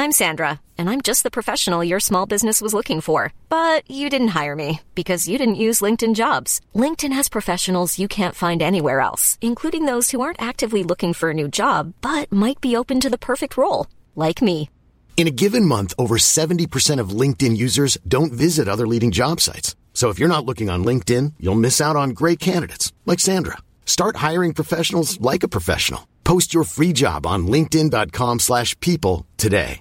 I'm Sandra, and I'm just the professional your small business was looking for. But you didn't hire me because you didn't use LinkedIn Jobs. LinkedIn has professionals you can't find anywhere else, including those who aren't actively looking for a new job, but might be open to the perfect role, like me. In a given month, over 70% of LinkedIn users don't visit other leading job sites. So if you're not looking on LinkedIn, you'll miss out on great candidates like Sandra. Start hiring professionals like a professional. Post your free job on linkedin.com/people today.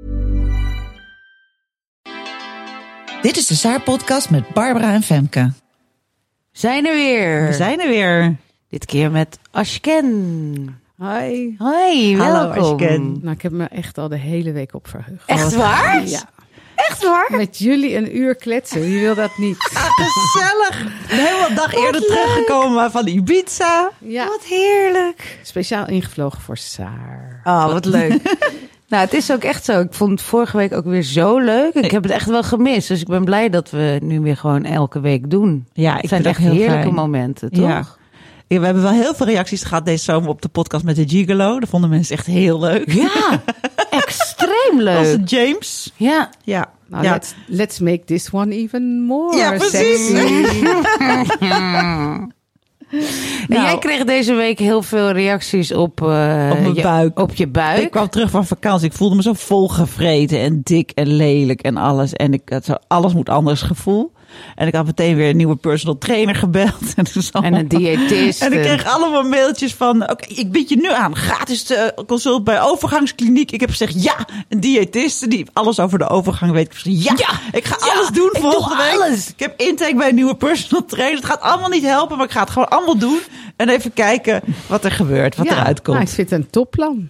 Dit is de Saar-podcast met Barbara en Femke. We zijn er weer. Dit keer met Ashken. Hi. Hoi, Hallo welkom. Ashken. Nou, ik heb me echt al de hele week op verheugd. Echt waar? Ja. Echt waar? Met jullie een uur kletsen. Wie wil dat niet? Gezellig. Een hele dag eerder teruggekomen van Ibiza. Ja. Wat heerlijk. Speciaal ingevlogen voor Saar. Oh, wat leuk. Nou, het is ook echt zo. Ik vond het vorige week ook weer zo leuk. Ik heb het echt wel gemist. Dus ik ben blij dat we nu weer gewoon elke week doen. Ja, ik Het zijn vind echt het heel heerlijke fijn. momenten, toch? Ja. Ja, we hebben wel heel veel reacties gehad deze zomer op de podcast met de Gigolo. Dat vonden mensen echt heel leuk. Ja, extreem leuk. Onze James. Ja. Ja. Nou, Ja. let's make this one even more Ja, precies. sexy. En jij kreeg deze week heel veel reacties op mijn buik. Op je buik. Ik kwam terug van vakantie. Ik voelde me zo volgevreten en dik en lelijk en alles. En ik had zo alles moet anders gevoel. En ik had meteen weer een nieuwe personal trainer gebeld. En een diëtist. En ik kreeg allemaal mailtjes van... Oké, ik bied je nu aan gratis consult bij Overgangskliniek. Ik heb gezegd ja, een diëtiste die alles over de overgang weet. Ik heb gezegd ja, ik ga alles doen volgende week. Alles. Ik heb intake bij een nieuwe personal trainer. Het gaat allemaal niet helpen, maar ik ga het gewoon allemaal doen. En even kijken wat er gebeurt, wat eruit komt. Nou, ik vind het een topplan.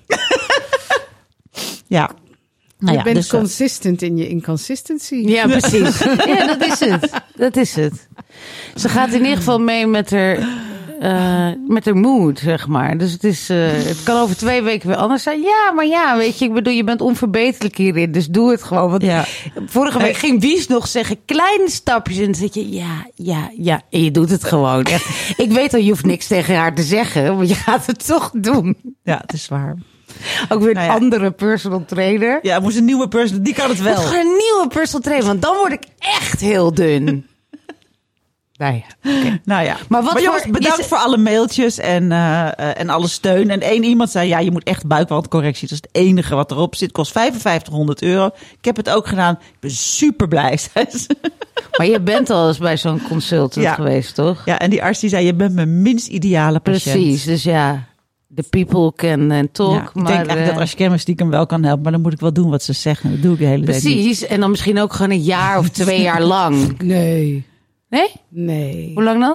Ja. Nou Je ja, bent dus, consistent in je inconsistency. Ja, precies. Ja, dat is het. Dat is het. Ze gaat in ieder geval mee met haar mood, zeg maar. Dus het kan over 2 weken weer anders zijn. Ja, maar ja, weet je, ik bedoel, je bent onverbeterlijk hierin. Dus doe het gewoon. Want Ja. vorige week ging Wies nog zeggen, kleine stapjes. En dan zeg je, ja. En je doet het gewoon. Echt. Ik weet al, je hoeft niks tegen haar te zeggen. Maar je gaat het toch doen. ja, het is waar. Ook weer Nou een ja. andere personal trainer. Ja, er moest een nieuwe personal, die kan het wel. Ik ga een nieuwe personal trainer, want dan word ik echt heel dun. Nou ja, oké. Nou ja, Maar wat jongens, voor- bedankt is- voor alle mailtjes en alle steun. En één iemand zei, ja, je moet echt buikwandcorrectie. Dat is het enige wat erop zit. Kost €5500. Ik heb het ook gedaan. Ik ben super blij, zei ze. Maar je bent al eens bij zo'n consultant Ja. geweest, toch? Ja, en die arts die zei, je bent mijn minst ideale patiënt. Precies, dus ja, the people can talk. Ja, ik maar, denk eigenlijk dat als je me stiekem wel kan helpen. Maar dan moet ik wel doen wat ze zeggen. Dat doe ik de hele tijd niet. Precies, en dan misschien ook gewoon 1 jaar of 2 jaar lang. Nee. Nee? Nee. Hoe lang dan?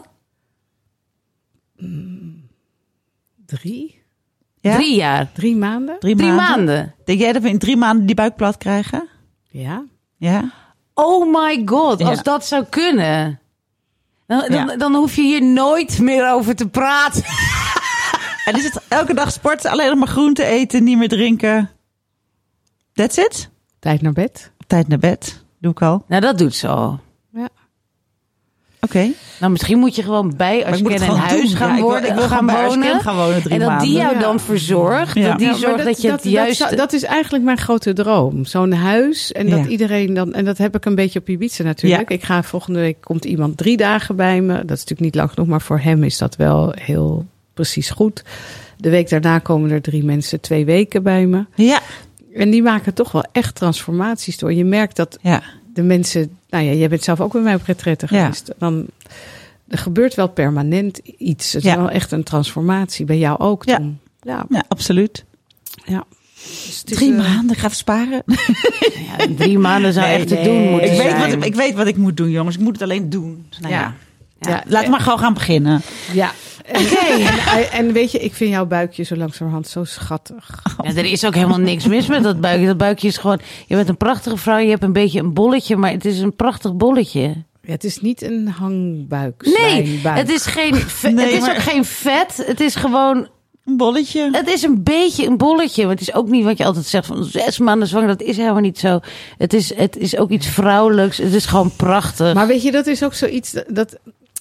3? Ja? 3 jaar. 3 maanden? 3 3 maanden. maanden. Denk jij dat we in 3 maanden die buik plat krijgen? Ja. Ja? Oh my god, als Ja. dat zou kunnen. Dan, Ja. dan hoef je hier nooit meer over te praten. En is het elke dag sporten, alleen nog maar groente eten, niet meer drinken? That's it? Tijd naar bed. Tijd naar bed. Doe ik al. Nou, dat doet ze al. Ja. Oké. Nou, misschien moet je gewoon bij Maar ik moet Ashken het in gewoon huis doen. gaan Ja, ik wil- worden. ik wil gaan gewoon bij wonen. Ashken gaan wonen 3 en dat maanden. die jou Ja. dan verzorgt. Ja. Dat die Ja, maar zorgt dat je het juist... dat is eigenlijk mijn grote droom. Zo'n huis en dat Ja. iedereen dan... En dat heb ik een beetje op Ibiza natuurlijk. Ja. Ik ga volgende week, komt iemand 3 dagen bij me. Dat is natuurlijk niet lang genoeg, maar voor hem is dat wel heel precies goed. De week daarna komen er 3 mensen 2 weken bij me. Ja. En die maken toch wel echt transformaties door. Je merkt dat Ja. de mensen... Nou ja, jij bent zelf ook bij mij op retraite Ja. geweest. Dan, er gebeurt wel permanent iets. Het is Ja. wel echt een transformatie. Bij jou ook Ja. toen. Ja. Ja, absoluut. Ja. Dus het is, 3 maanden, ik ga even sparen. Ja, 3 maanden zou echt te doen moeten ik zijn. ik weet wat ik moet doen, jongens. Ik moet het alleen doen. Nou ja. Ja. Laten we maar gewoon gaan beginnen. Ja. En weet je, ik vind jouw buikje zo langzamerhand zo schattig. Ja, er is ook helemaal niks mis met dat buikje. Dat buikje is gewoon... Je bent een prachtige vrouw, je hebt een beetje een bolletje... maar het is een prachtig bolletje. Ja, het is niet een hangbuik. Nee, slijmbuik. het is geen Nee, het is maar- ook geen vet. Het is gewoon... Een bolletje. Het is een beetje een bolletje. Maar het is ook niet wat je altijd zegt van 6 maanden zwanger. Dat is helemaal niet zo. Het is ook iets vrouwelijks. Het is gewoon prachtig. Maar weet je, dat is ook zoiets dat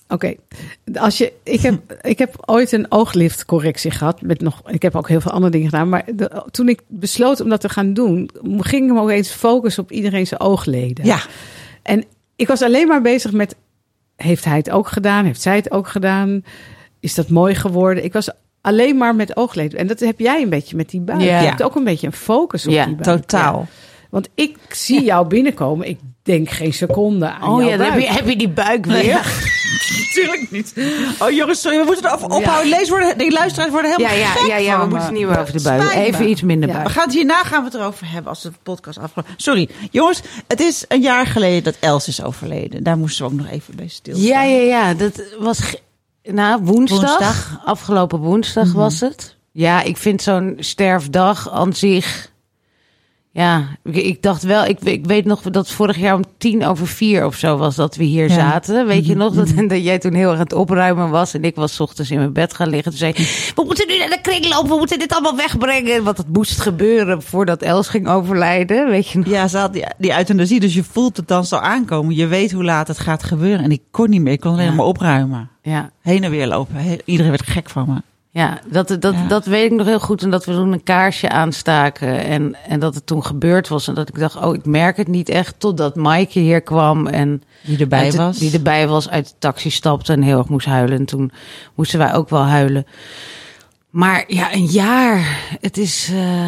Oké. Ik heb ooit een oogliftcorrectie gehad. Ik heb ook heel veel andere dingen gedaan. Maar toen ik besloot om dat te gaan doen, ging ik me ook eens focussen op iedereen zijn oogleden. Ja. En ik was alleen maar bezig met, heeft hij het ook gedaan? Heeft zij het ook gedaan? Is dat mooi geworden? Ik was alleen maar met oogleden. En dat heb jij een beetje met die buik. Ja. Je hebt ook een beetje een focus op die buik. Totaal. Ja. Want ik zie jou binnenkomen. Ik denk geen seconde aan jouw dan buik. heb je die buik weer. Ja. Natuurlijk niet. Oh jongens, sorry, we moeten erover ophouden. De luisteraars worden helemaal gek we van me. moeten niet meer over de buik. Spijt me. Even iets minder Ja, buik. we gaan het hierna het erover hebben als de podcast afgelopen. Sorry, jongens, het is een jaar geleden dat Els is overleden. Daar moesten we ook nog even bij stilstaan. Ja. Dat was woensdag. Afgelopen woensdag was het. Ja, ik vind zo'n sterfdag aan zich. Ja, ik dacht wel, ik weet nog dat vorig jaar om 3:50 of zo was dat we hier zaten. Weet je nog, dat jij toen heel erg aan het opruimen was. En ik was 's ochtends in mijn bed gaan liggen. Toen zei ik, we moeten nu naar de kringloop, we moeten dit allemaal wegbrengen. Want het moest gebeuren voordat Els ging overlijden, weet je nog. Ja, ze had die euthanasie, dus je voelt het dan zo aankomen. Je weet hoe laat het gaat gebeuren. En ik kon niet meer, ik kon alleen maar opruimen. Ja. Heen en weer lopen. Iedereen werd gek van me. Ja, dat weet ik nog heel goed. En dat we toen een kaarsje aanstaken. En dat het toen gebeurd was. En dat ik dacht, ik merk het niet echt. Totdat Maaike hier kwam. En Die erbij was, uit de taxi stapte en heel erg moest huilen. En toen moesten wij ook wel huilen. Maar ja, een jaar. Het is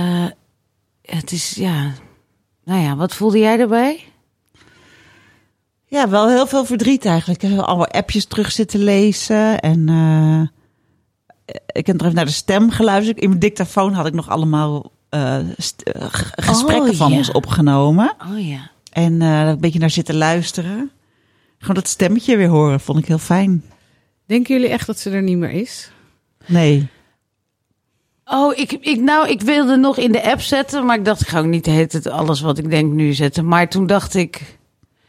ja. Nou ja, wat voelde jij erbij? Ja, wel heel veel verdriet eigenlijk. Ik heb allemaal appjes terug zitten lezen. En ik heb nog even naar de stem geluisterd. In mijn dictafoon had ik nog allemaal gesprekken van ons opgenomen. Oh ja. En een beetje naar zitten luisteren. Gewoon dat stemmetje weer horen, vond ik heel fijn. Denken jullie echt dat ze er niet meer is? Nee. Oh, ik wilde nog in de app zetten. Maar ik dacht, ik ga ook niet het alles wat ik denk nu zetten. Maar toen dacht ik...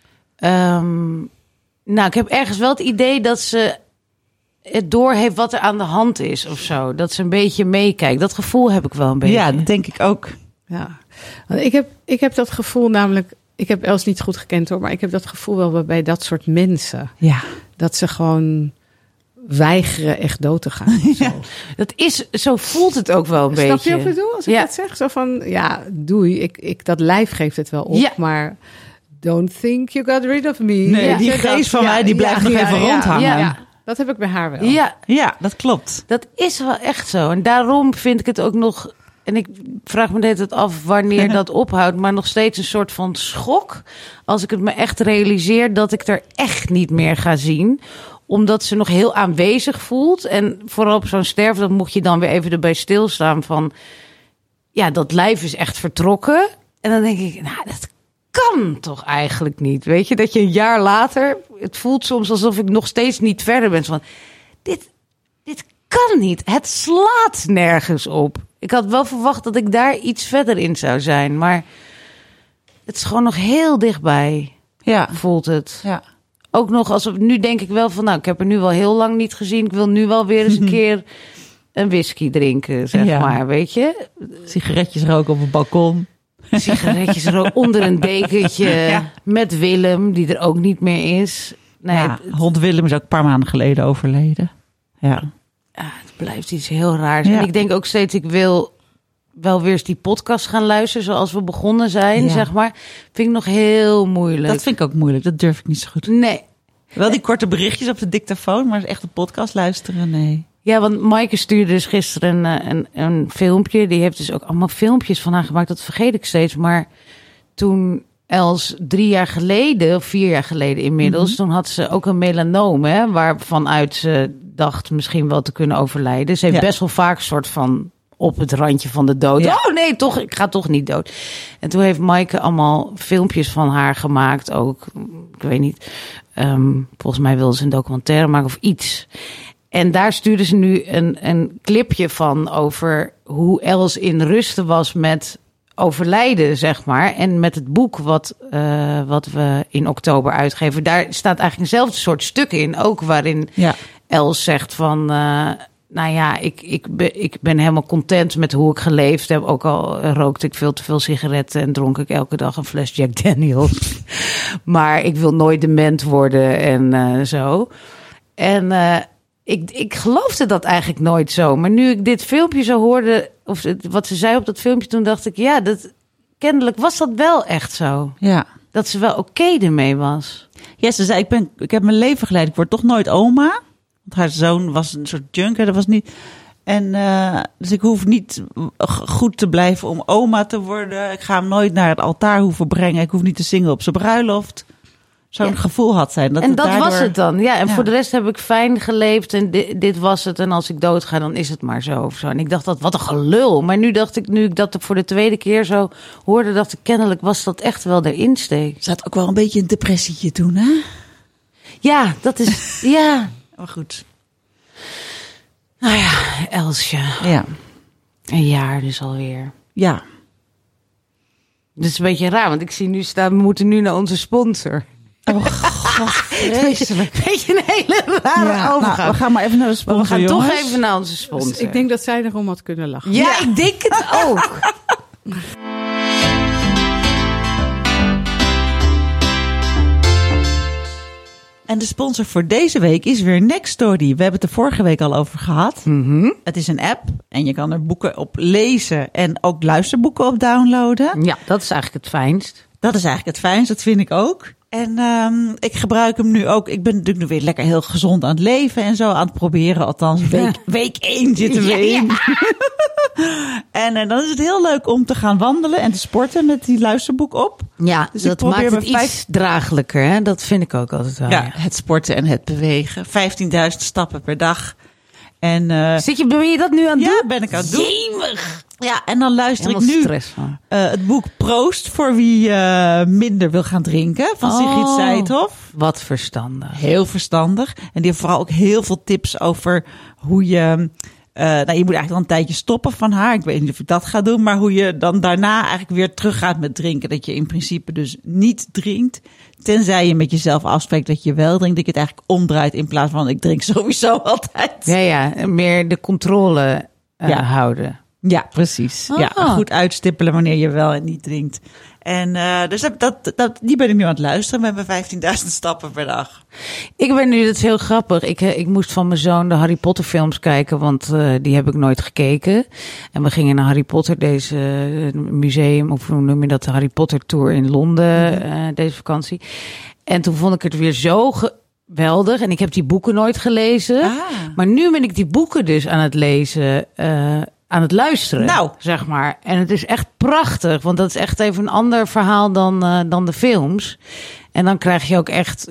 ik heb ergens wel het idee dat ze het doorheeft wat er aan de hand is of zo. Dat ze een beetje meekijkt. Dat gevoel heb ik wel een beetje. Ja, dat denk ik ook. Ja, ik heb dat gevoel namelijk... Ik heb Els niet goed gekend hoor, maar ik heb dat gevoel wel bij dat soort mensen. Ja. Dat ze gewoon weigeren echt dood te gaan. Ja. Dat is, zo voelt het ook wel een beetje. Snap je wat ik bedoel als ik dat zeg? Zo van, ja, doei. Dat lijf geeft het wel op, maar... Don't think you got rid of me. Nee, die geest van mij, die blijft nog even rondhangen. Ja, dat heb ik bij haar wel. Ja, dat klopt. Dat is wel echt zo. En daarom vind ik het ook nog... En ik vraag me net af wanneer dat ophoudt. Maar nog steeds een soort van schok. Als ik het me echt realiseer dat ik er echt niet meer ga zien. Omdat ze nog heel aanwezig voelt. En vooral op zo'n sterfdag moet je dan weer even erbij stilstaan van... Ja, dat lijf is echt vertrokken. En dan denk ik, dat kan toch eigenlijk niet? Weet je, dat je een jaar later... Het voelt soms alsof ik nog steeds niet verder ben. Van, dit kan niet. Het slaat nergens op. Ik had wel verwacht dat ik daar iets verder in zou zijn. Maar het is gewoon nog heel dichtbij. Ja. Voelt het. Ja. Ook nog nu denk ik wel van... ik heb er nu wel heel lang niet gezien. Ik wil nu wel weer eens een keer een whisky drinken, zeg maar. Weet je? Sigaretjes roken op een balkon. Sigaretjes roken onder een dekentje. Ja. Met Willem, die er ook niet meer is. Nee, hond Willem is ook een paar maanden geleden overleden. Ja. Het blijft iets heel raars. Ja. En ik denk ook steeds, ik wil wel weer eens die podcast gaan luisteren... zoals we begonnen zijn, zeg maar. Vind ik nog heel moeilijk. Dat vind ik ook moeilijk. Dat durf ik niet zo goed. Nee. Wel die korte berichtjes op de dictafoon, maar echt een podcast luisteren, nee. Ja, want Maaike stuurde dus gisteren een filmpje. Die heeft dus ook allemaal filmpjes van haar gemaakt. Dat vergeet ik steeds. Maar toen Els 3 jaar geleden, of 4 jaar geleden inmiddels... toen had ze ook een melanoom, hè, waarvanuit ze dacht misschien wel te kunnen overlijden. Ze heeft best wel vaak een soort van op het randje van de dood. Ja. Oh nee, toch, ik ga toch niet dood. En toen heeft Maaike allemaal filmpjes van haar gemaakt ook. Ik weet niet. Volgens mij wilde ze een documentaire maken of iets. En daar stuurde ze nu een clipje van over hoe Els in rusten was met overlijden, zeg maar. En met het boek wat we in oktober uitgeven. Daar staat eigenlijk eenzelfde soort stuk in. Ook waarin Els zegt van... ik ben helemaal content met hoe ik geleefd heb. Ook al rookte ik veel te veel sigaretten en dronk ik elke dag een fles Jack Daniels. Maar ik wil nooit dement worden en zo. En ik geloofde dat eigenlijk nooit zo. Maar nu ik dit filmpje zo hoorde, of wat ze zei op dat filmpje, toen dacht ik, ja, kennelijk was dat wel echt zo. Ja. Dat ze wel oké ermee was. Ja, ze zei, ik heb mijn leven geleid. Ik word toch nooit oma. Want haar zoon was een soort junker. Dat was niet. En dus ik hoef niet goed te blijven om oma te worden. Ik ga hem nooit naar het altaar hoeven brengen. Ik hoef niet te zingen op zijn bruiloft. Zo'n gevoel had zij. En dat daardoor... was het dan. Ja, en voor de rest heb ik fijn geleefd. En dit was het. En als ik doodga, dan is het maar zo of zo. En ik dacht, wat een gelul. Maar nu dacht ik, nu ik dat voor de tweede keer zo hoorde, dacht ik, kennelijk was dat echt wel de insteek. Ze had ook wel een beetje een depressietje toen, hè? Ja, dat is... ja. Maar goed. Nou ja, Elsje. Ja. Een jaar dus alweer. Ja. Dat is een beetje raar, want ik zie nu staan, we moeten nu naar onze sponsor. Oh god, vreselijk. Beetje een hele rare overgang. Nou, we gaan maar even naar de sponsor, we gaan jongens. toch even naar onze sponsor. Dus ik denk dat zij erom had kunnen lachen. Ja, ik denk het ook. En de sponsor voor deze week is weer Nextory. We hebben het er vorige week al over gehad. Mm-hmm. Het is een app en je kan er boeken op lezen en ook luisterboeken op downloaden. Ja, dat is eigenlijk het fijnst. Dat is eigenlijk het fijnst, dat vind ik ook. En ik gebruik hem nu ook. Ik ben natuurlijk nu weer lekker heel gezond aan het leven en zo aan het proberen. Althans, week 1 zitten we in. En dan is het heel leuk om te gaan wandelen en te sporten met die luisterboek op. Ja, Dus dat maakt het iets draaglijker. Hè? Dat vind ik ook altijd wel. Ja, het sporten en het bewegen. 15.000 stappen per dag. En, ben je dat nu aan het doen? Ja, ben ik aan het doen. Jemig. Ja, en dan luister Helemaal ik nu stress van. Het boek Proost voor wie minder wil gaan drinken van Sigrid Seithoff. Wat verstandig. Heel verstandig. En die heeft vooral ook heel veel tips over hoe je... je moet eigenlijk al een tijdje stoppen van haar. Ik weet niet of ik dat ga doen. Maar hoe je dan daarna eigenlijk weer teruggaat met drinken. Dat je in principe dus niet drinkt. Tenzij je met jezelf afspreekt dat je wel drinkt. Dat je het eigenlijk omdraait in plaats van ik drink sowieso altijd. Ja, meer de controle houden. Ja, precies. Oh. Ja, goed uitstippelen wanneer je wel en niet drinkt. En dus die ben ik nu aan het luisteren met mijn 15.000 stappen per dag. Ik ben nu, dat is heel grappig. Ik moest van mijn zoon de Harry Potter films kijken, want die heb ik nooit gekeken. En we gingen naar Harry Potter, deze museum, of hoe noem je dat, de Harry Potter Tour in Londen, deze vakantie. En toen vond ik het weer zo geweldig. En ik heb die boeken nooit gelezen. Maar nu ben ik die boeken dus aan het lezen, aan het luisteren, zeg maar. En het is echt prachtig, want dat is echt even een ander verhaal dan de films. En dan krijg je ook echt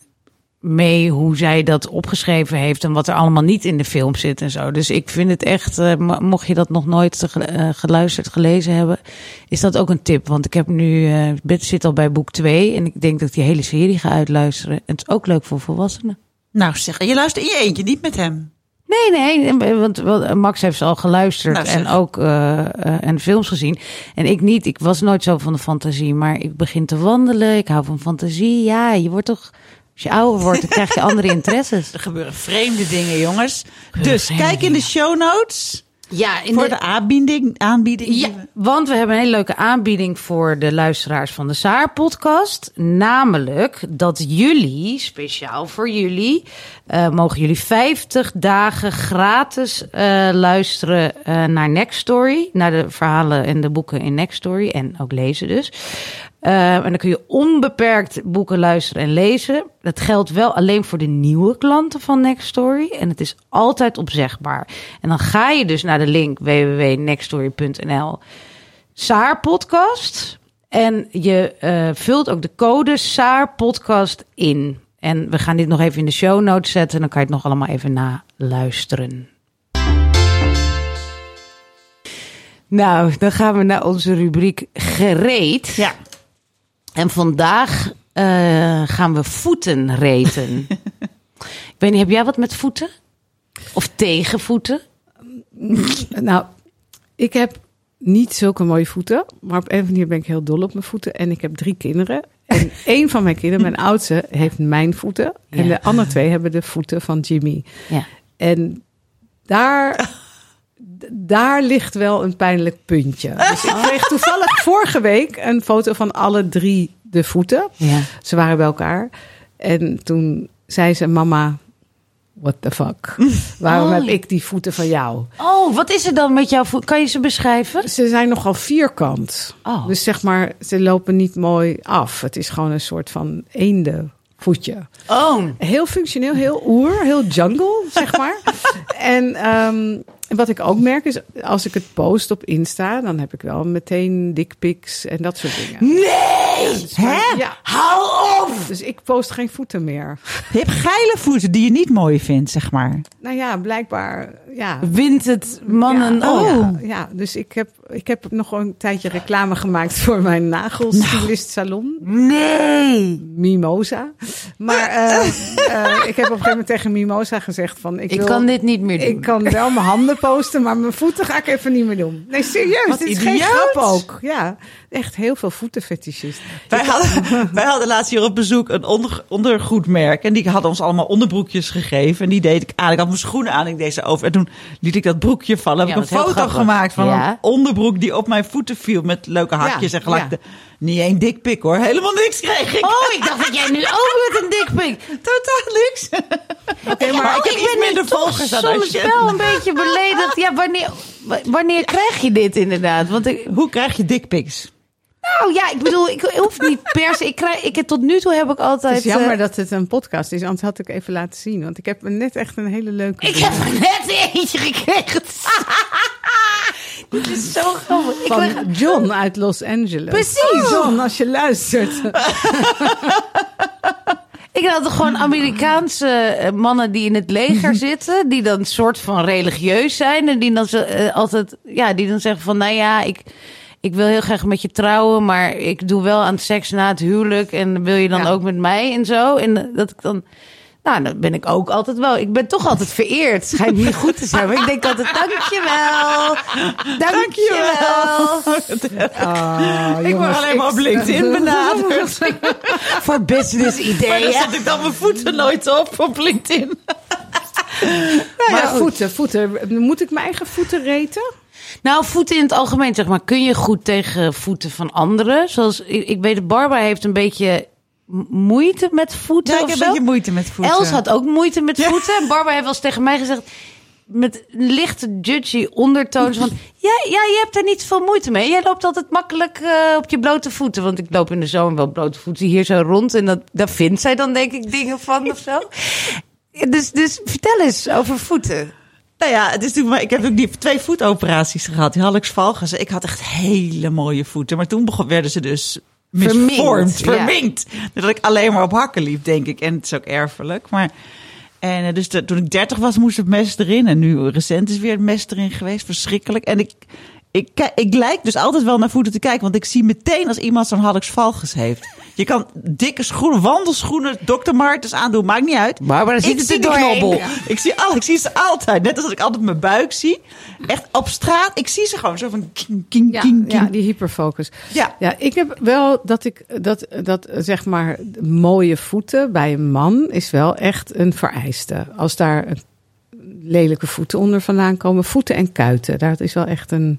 mee hoe zij dat opgeschreven heeft en wat er allemaal niet in de film zit en zo. Dus ik vind het echt, mocht je dat nog nooit geluisterd, gelezen hebben, is dat ook een tip. Want ik heb nu, zit al bij boek 2 en ik denk dat ik die hele serie ga uitluisteren. En het is ook leuk voor volwassenen. Nou zeg, je luistert in je eentje, niet met hem. Nee, want Max heeft ze al geluisterd en ook en films gezien. En ik niet. Ik was nooit zo van de fantasie, maar ik begin te wandelen. Ik hou van fantasie. Ja, je wordt toch, als je ouder wordt, dan krijg je andere interesses. Er gebeuren vreemde dingen, jongens. Dus kijk in de show notes. Ja, voor de aanbieding. Ja, want we hebben een hele leuke aanbieding voor de luisteraars van de Saar-podcast. Namelijk dat jullie, speciaal voor jullie, mogen jullie 50 dagen gratis luisteren naar Nextory. Naar de verhalen en de boeken in Nextory. En ook lezen dus. En dan kun je onbeperkt boeken luisteren en lezen. Dat geldt wel alleen voor de nieuwe klanten van Nextory. En het is altijd opzegbaar. En dan ga je dus naar de link www.nextory.nl Saar-podcast. En je vult ook de code Saar-podcast in. En we gaan dit nog even in de show notes zetten. Dan kan je het nog allemaal even naluisteren. Nou, dan gaan we naar onze rubriek Gereed. Ja. En vandaag gaan we voeten reten. Ik weet niet, heb jij wat met voeten? Of tegen voeten? Nou, ik heb niet zulke mooie voeten. Maar op een of andere manier ben ik heel dol op mijn voeten. En ik heb 3 kinderen. En één van mijn kinderen, mijn oudste, heeft mijn voeten. Ja. En de andere 2 hebben de voeten van Jimmy. Ja. En daar ligt wel een pijnlijk puntje. Dus ik kreeg toevallig vorige week een foto van alle 3 de voeten. Ja. Ze waren bij elkaar. En toen zei ze, mama, what the fuck? Waarom heb ik die voeten van jou? Oh, wat is er dan met jouw voet? Kan je ze beschrijven? Ze zijn nogal vierkant. Oh. Dus zeg maar, ze lopen niet mooi af. Het is gewoon een soort van eendenvoetje. Oh. Heel functioneel, heel oer, heel jungle, zeg maar. En wat ik ook merk is, als ik het post op Insta, dan heb ik wel meteen dickpics en dat soort dingen. Nee! Dus Hè? ja, Hou op! dus ik post geen voeten meer. Je hebt geile voeten die je niet mooi vindt, zeg maar. Nou ja, blijkbaar, ja. Wint het mannen Ja, ook? ja, dus ik heb nog een tijdje reclame gemaakt voor mijn nagelstilist salon. Nee! Mimosa. Maar ik heb op een gegeven moment tegen Mimosa gezegd van... Ik kan dit niet meer doen. Ik kan wel mijn handen posten, maar mijn voeten ga ik even niet meer doen. Nee, serieus. Wat Dit is geen idioot. grap ook. Ja, echt heel veel voetenfetischisten. Wij hadden laatst hier op bezoek een ondergoedmerk. En die hadden ons allemaal onderbroekjes gegeven. En die deed ik aan. Ik had mijn schoenen aan. Ik deed ze over. En toen liet ik dat broekje vallen. Heb Ja, ik dat een is heel foto grappig. gemaakt van Ja. een onderbroek die op mijn voeten viel. Met leuke hakjes Ja, en gelakte. ja. Niet één dikpik hoor. Helemaal niks kreeg ik. Oh, ik dacht dat jij nu ook met een dikpik. Totaal niks. Oké, maar ik heb iets minder nu toch volgers dan soms als je. wel een beetje beledigd. Ja, wanneer krijg je dit inderdaad? Want Hoe krijg je dikpiks? nou ja, ik bedoel, ik hoef niet per se. Tot nu toe heb ik altijd... het is jammer dat het een podcast is, anders had ik even laten zien. Want ik heb net echt een hele leuke... Ik heb er net eentje gekregen. Dit is zo grappig. Ik van krijg- John uit Los Angeles. Precies. John, als je luistert. Ik had gewoon Amerikaanse mannen die in het leger zitten, die dan soort van religieus zijn en die dan altijd, ja, die dan zeggen van, nou ja, ik wil heel graag met je trouwen, maar ik doe wel aan seks na het huwelijk en wil je dan Ja. ook met mij en zo. En dat ik dan, nou, dan ben ik ook altijd wel, ik ben toch altijd vereerd. Het schijnt niet goed te zijn, maar ik denk altijd, dankjewel. Ik word alleen maar op LinkedIn benaderd. Voor business Maar ideeën. dan zet ik dan mijn voeten nooit op LinkedIn. Maar voeten. Moet ik mijn eigen voeten reten? Nou, voeten in het algemeen, zeg maar. Kun je goed tegen voeten van anderen? Zoals, ik weet dat Barbara heeft een beetje moeite met voeten Ja, ik of heb zo. een beetje moeite met voeten. Els had ook moeite met voeten. En Barbara heeft wel eens tegen mij gezegd, met een lichte judgy ondertoon, van, ja, je hebt er niet veel moeite mee. Jij loopt altijd makkelijk op je blote voeten. Want ik loop in de zomer wel blote voeten hier zo rond. En daar vindt zij dan denk ik dingen van of zo. Dus vertel eens over voeten. Nou ja, het is natuurlijk, ik heb ook 2 voetoperaties gehad. Die Hallux valgus. Ik had echt hele mooie voeten. Maar toen werden ze dus misvormd, verminkt. Dat ik alleen maar op hakken liep, denk ik. En het is ook erfelijk. Maar, dus toen ik 30 was, moest het mes erin. En nu recent is weer het mes erin geweest. Verschrikkelijk. En ik lijk dus altijd wel naar voeten te kijken. Want ik zie meteen als iemand zo'n Hallux valgus heeft. Je kan dikke schoenen, wandelschoenen, Dr. Martens aandoen. Maakt niet uit. Barbara ziet Ik het zie er die doorheen. knobbel. Ja. Ik zie ze altijd. Net als ik altijd mijn buik zie. Echt op straat. Ik zie ze gewoon zo van king, king, Ja, king, king. ja, die hyperfocus. Ja. Ja, ik heb wel dat zeg maar mooie voeten bij een man is wel echt een vereiste. Als daar lelijke voeten onder vandaan komen, voeten en kuiten, daar is wel echt een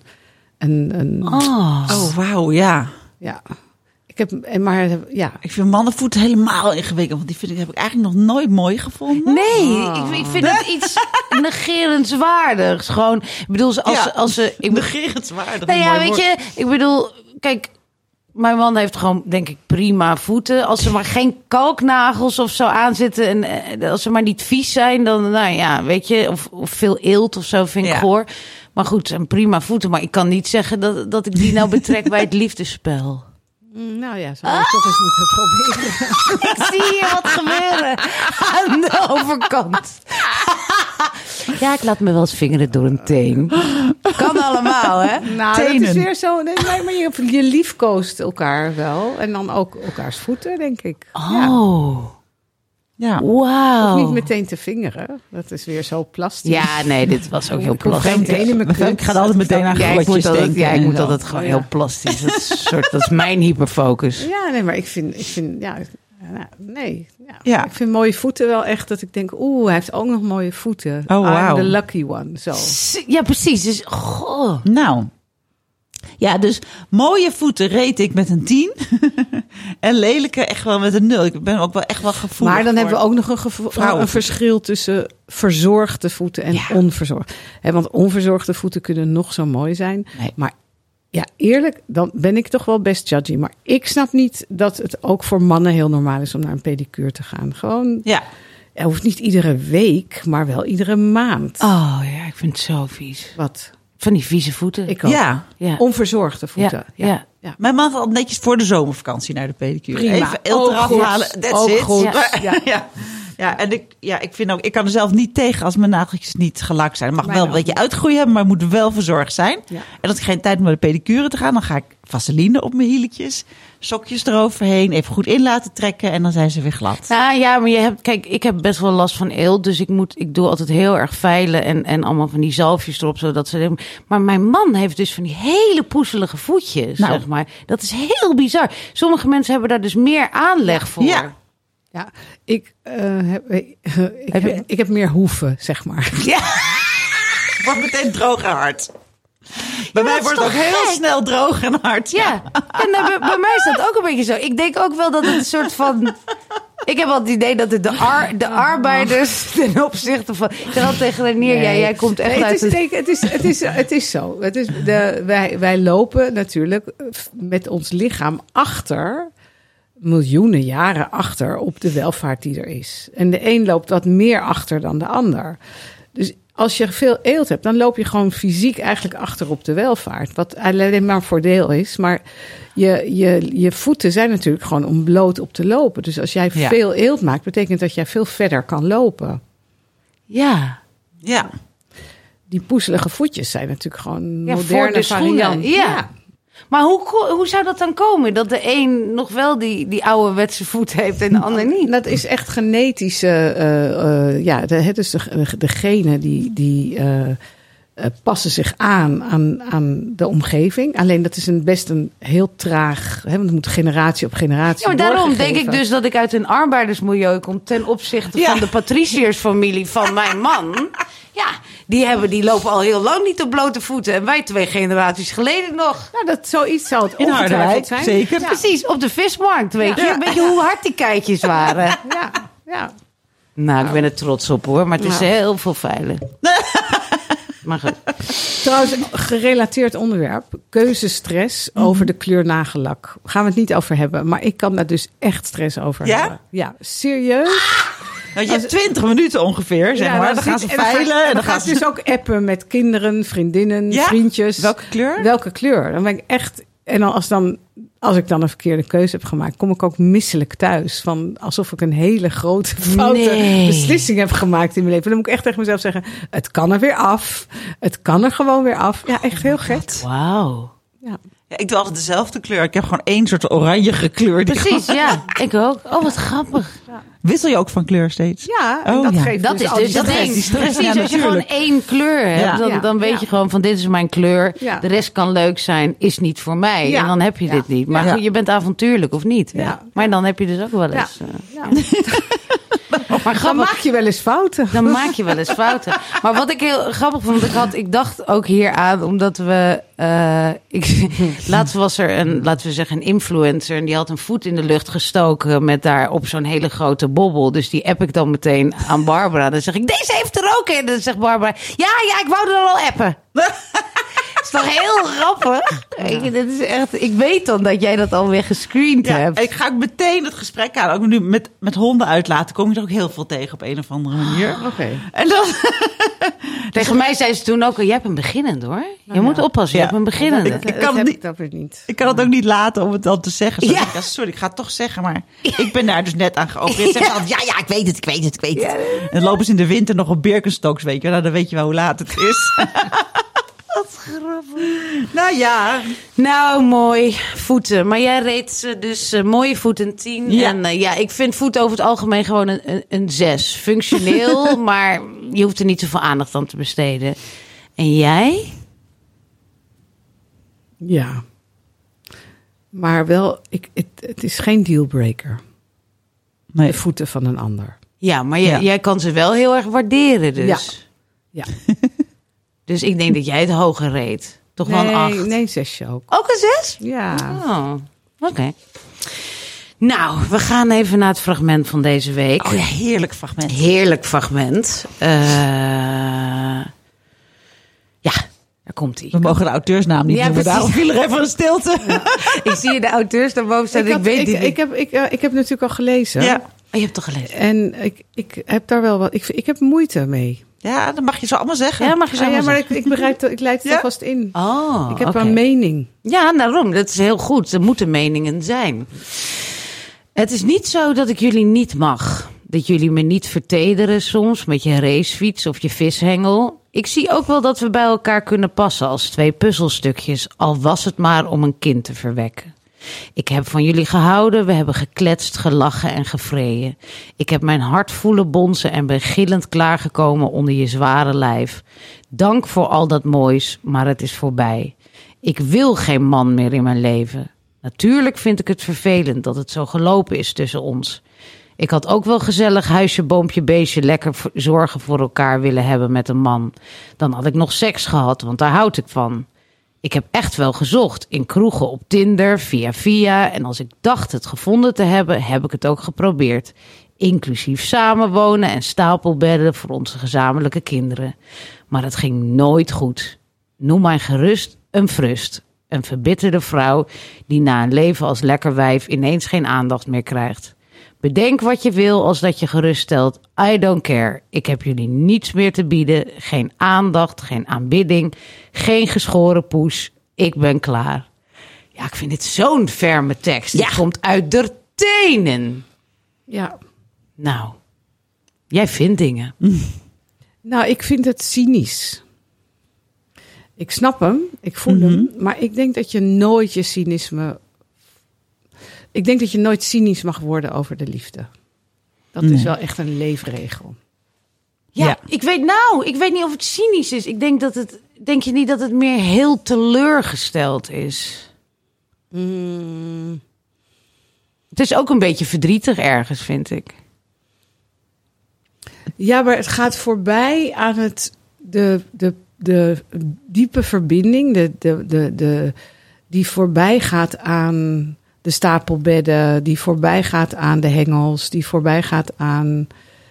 Oh, wauw, ja. ja. Ja. Ik vind mannenvoeten helemaal ingewikkeld. Want die heb ik eigenlijk nog nooit mooi gevonden. Nee, ik vind het iets negerenswaardigs. Gewoon, ik bedoel, als ze... Negerenswaardig. Nou ja, mooi weet woord. je, ik bedoel, kijk, mijn man heeft gewoon, denk ik, prima voeten. Als ze maar geen kalknagels of zo aanzitten en als ze maar niet vies zijn, dan, nou ja, weet je, of veel eelt of zo vind ik Ja. goor. Maar goed, zijn prima voeten. Maar ik kan niet zeggen dat ik die nou betrek bij het liefdesspel. Nou ja, zou je toch eens moeten proberen. Ik zie hier wat gebeuren aan de overkant. Ja, ik laat me wel eens vingeren door een teen. Kan allemaal, hè? Nou, dat Tenen. is weer zo. Nee, maar je liefkoost elkaar wel. En dan ook elkaars voeten, denk ik. Ja. Oh, Ja. wauw. Niet meteen te vingeren. Dat is weer zo plastisch. Ja, nee, dit was ook heel Ik hoef geen plastisch. teen in mijn kut. Ik ga altijd meteen aan Ja, ik grotjes moet altijd, denken. ja, ik en moet zo. altijd gewoon Oh, ja. heel plastisch. Dat is mijn hyperfocus. Ja, nee, maar ik vind ja, nou, nee. Ja. Ja. Ik vind mooie voeten wel echt dat ik denk, hij heeft ook nog mooie voeten. Oh, wauw. I'm the lucky one. Zo. Ja, precies. Dus, goh. Nou. Ja, dus mooie voeten reed ik met een 10. En lelijke echt wel met een 0. Ik ben ook wel echt wel gevoelig. Maar dan hebben we ook nog vrouwen. een verschil tussen verzorgde voeten en onverzorgde. Want onverzorgde voeten kunnen nog zo mooi zijn. Nee. Maar ja, eerlijk, dan ben ik toch wel best judgy. Maar ik snap niet dat het ook voor mannen heel normaal is om naar een pedicure te gaan. Gewoon, het hoeft niet iedere week, maar wel iedere maand. Oh ja, ik vind het zo vies. Wat? Van die vieze voeten. Ik ook. Ja. Onverzorgde voeten. Ja. Mijn man gaat netjes voor de zomervakantie naar de pedicure. Prima. Even eelt eraf goed. halen. That's Ook it. goed. Ja, en ik vind ook, ik kan er zelf niet tegen als mijn nageltjes niet gelakt zijn. Het mag Mij wel een ook beetje niet. uitgroeien hebben, maar moet wel verzorgd zijn. Ja. En als ik geen tijd heb om naar de pedicure te gaan, dan ga ik vaseline op mijn hieletjes, sokjes eroverheen, even goed in laten trekken en dan zijn ze weer glad. Nou ja, maar ik heb best wel last van eelt, dus ik doe altijd heel erg veilen en allemaal van die zalfjes erop, zodat ze. Maar mijn man heeft dus van die hele poezelige voetjes, zeg maar. Dat is heel bizar. Sommige mensen hebben daar dus meer aanleg voor. Ja, ik heb meer hoeven, zeg maar. Ja. Wordt meteen droog en hard. Bij mij wordt het ook heel snel droog en hard. Ja, en bij mij is dat ook een beetje zo. Ik denk ook wel dat het een soort van. Ik heb wel het idee dat het de arbeiders ten opzichte van. Ik zeg altijd tegen Renier, jij komt echt uit. Het is zo. Wij lopen natuurlijk met ons lichaam achter. Miljoenen jaren achter op de welvaart die er is. En de een loopt wat meer achter dan de ander. Dus als je veel eelt hebt, dan loop je gewoon fysiek eigenlijk achter op de welvaart. Wat alleen maar een voordeel is. Maar je voeten zijn natuurlijk gewoon om bloot op te lopen. Dus als jij veel eelt maakt, betekent dat jij veel verder kan lopen. Ja. Die poezelige voetjes zijn natuurlijk gewoon voor moderne de schoenen. variant. Ja. Maar hoe zou dat dan komen? Dat de een nog wel die ouderwetse voet heeft en de ander niet? Dat is echt genetische... dus de genen die passen zich aan de omgeving. Alleen dat is best een heel traag... want het moet generatie op generatie maar daarom doorgegeven. denk ik dus dat ik uit een arbeidersmilieu kom... ten opzichte van de patriciersfamilie van mijn man... Ja, die lopen al heel lang niet op blote voeten. En wij 2 generaties geleden nog. Nou, dat zoiets zou het in Harderwijk zijn. Zeker. Ja. Precies, op de vismarkt, weet je. Weet je hoe hard die keitjes waren? Ja. Nou, ik ben er trots op hoor. Maar het is heel veel veilen. Maar goed. Trouwens, gerelateerd onderwerp. Keuzestress over de kleur nagellak. Gaan we het niet over hebben. Maar ik kan daar dus echt stress over hebben. Ja, serieus. Nou, je hebt 20 minuten ongeveer, zeg maar. Dan gaan ze veilen. En dan gaan ze dus ook appen met kinderen, vriendinnen, vriendjes. Welke kleur? Welke kleur? Dan ben ik echt... En als ik dan een verkeerde keuze heb gemaakt... kom ik ook misselijk thuis. Van alsof ik een hele grote foute beslissing heb gemaakt in mijn leven. Dan moet ik echt tegen mezelf zeggen... het kan er weer af. Het kan er gewoon weer af. Ja, echt heel gek. Wauw. Ja. Ja, ik doe altijd dezelfde kleur. Ik heb gewoon 1 soort oranje gekleurd. Precies, ja. Ik ook. Oh, wat grappig. Wissel je ook van kleur steeds? Ja, en dat geeft dat is al dus die dat ding. stress. Precies, Ja, als je gewoon natuurlijk. 1 kleur hebt, dan weet je gewoon van dit is mijn kleur. Ja. De rest kan leuk zijn, is niet voor mij. Ja. En dan heb je dit niet. Maar goed, je bent avontuurlijk of niet. Ja. Maar dan heb je dus ook wel eens... Maar Dan grappig, maak je wel eens fouten. dan maak je wel eens fouten. Maar wat ik heel grappig vond, ik dacht ook hier aan, omdat we... laatst was er een influencer en die had een voet in de lucht gestoken met daar op zo'n hele grote bobbel. Dus die app ik dan meteen aan Barbara. Dan zeg ik, deze heeft er ook in. Dan zegt Barbara, ja, ik wou er al appen. Het is toch heel grappig? Dit is echt, ik weet dan dat jij dat alweer gescreend hebt. Ik ga ook meteen het gesprek aan. Ook nu met honden uitlaten kom je er ook heel veel tegen op een of andere manier. Oké. En dan... Tegen mij zei ze toen ook, jij hebt een beginnend hoor. Je moet oppassen, je hebt een beginnende. Dat heb ik niet. Ik kan het ook niet laten om het dan te zeggen. Zo Ja. denk ik, sorry, ik ga het toch zeggen, maar ik ben daar dus net aan geopereerd. Zeggen ze altijd, ja, ik weet het. En dan lopen ze in de winter nog op Birkenstocks, weet je. Nou, dan weet je wel hoe laat het is. Wat grappig. Nou ja. Nou, mooi. Voeten. Maar jij reed dus mooie voeten 10. Ja. En ik vind voeten over het algemeen gewoon een 6. Functioneel, maar je hoeft er niet zoveel aandacht aan te besteden. En jij? Ja. Maar wel, het is geen dealbreaker. Nee. De voeten van een ander. Ja, maar jij kan ze wel heel erg waarderen dus. Ja. Dus ik denk dat jij het hoger reed. Toch wel een 8. Nee, 6 ook. Ook een 6? Ja. Oh, oké. Nou, we gaan even naar het fragment van deze week. Oh ja, heerlijk fragment. Heerlijk fragment. Ja, daar komt hij. We mogen de auteursnaam niet noemen, daarom viel er even een stilte. Ja. Ik zie je de auteurs daarboven staan. Ik heb natuurlijk al gelezen. Ja, je hebt toch gelezen? En ik heb daar wel wat. Ik heb moeite mee. Ja, dat mag je zo allemaal zeggen. Ja, mag je zo allemaal maar ik leid het alvast in. Oh, ik heb een mening. Ja, daarom. Dat is heel goed. Er moeten meningen zijn. Het is niet zo dat ik jullie niet mag. Dat jullie me niet vertederen soms met je racefiets of je vishengel. Ik zie ook wel dat we bij elkaar kunnen passen als 2 puzzelstukjes. Al was het maar om een kind te verwekken. Ik heb van jullie gehouden, we hebben gekletst, gelachen en gevreden. Ik heb mijn hart voelen bonzen en ben gillend klaargekomen onder je zware lijf. Dank voor al dat moois, maar het is voorbij. Ik wil geen man meer in mijn leven. Natuurlijk vind ik het vervelend dat het zo gelopen is tussen ons. Ik had ook wel gezellig huisje, boompje, beestje, lekker zorgen voor elkaar willen hebben met een man. Dan had ik nog seks gehad, want daar houd ik van. Ik heb echt wel gezocht in kroegen, op Tinder, via. En als ik dacht het gevonden te hebben, heb ik het ook geprobeerd. Inclusief samenwonen en stapelbedden voor onze gezamenlijke kinderen. Maar het ging nooit goed. Noem mij gerust een frust. Een verbitterde vrouw die na een leven als lekker wijf ineens geen aandacht meer krijgt. Bedenk wat je wil als dat je geruststelt. I don't care. Ik heb jullie niets meer te bieden. Geen aandacht, geen aanbidding, geen geschoren poes. Ik ben klaar. Ja, ik vind dit zo'n ferme tekst. Ja. Die komt uit de tenen. Ja. Nou, jij vindt dingen. Nou, ik vind het cynisch. Ik snap hem, ik voel hem. Maar ik denk dat je nooit je cynisme... Ik denk dat je nooit cynisch mag worden over de liefde. Dat is wel echt een leefregel. Ja, ik weet niet of het cynisch is. Denk je niet dat het meer heel teleurgesteld is? Het is ook een beetje verdrietig ergens, vind ik. Ja, maar het gaat voorbij aan de diepe verbinding. Die voorbij gaat aan de stapelbedden. Die voorbij gaat aan de hengels. Die voorbij gaat aan...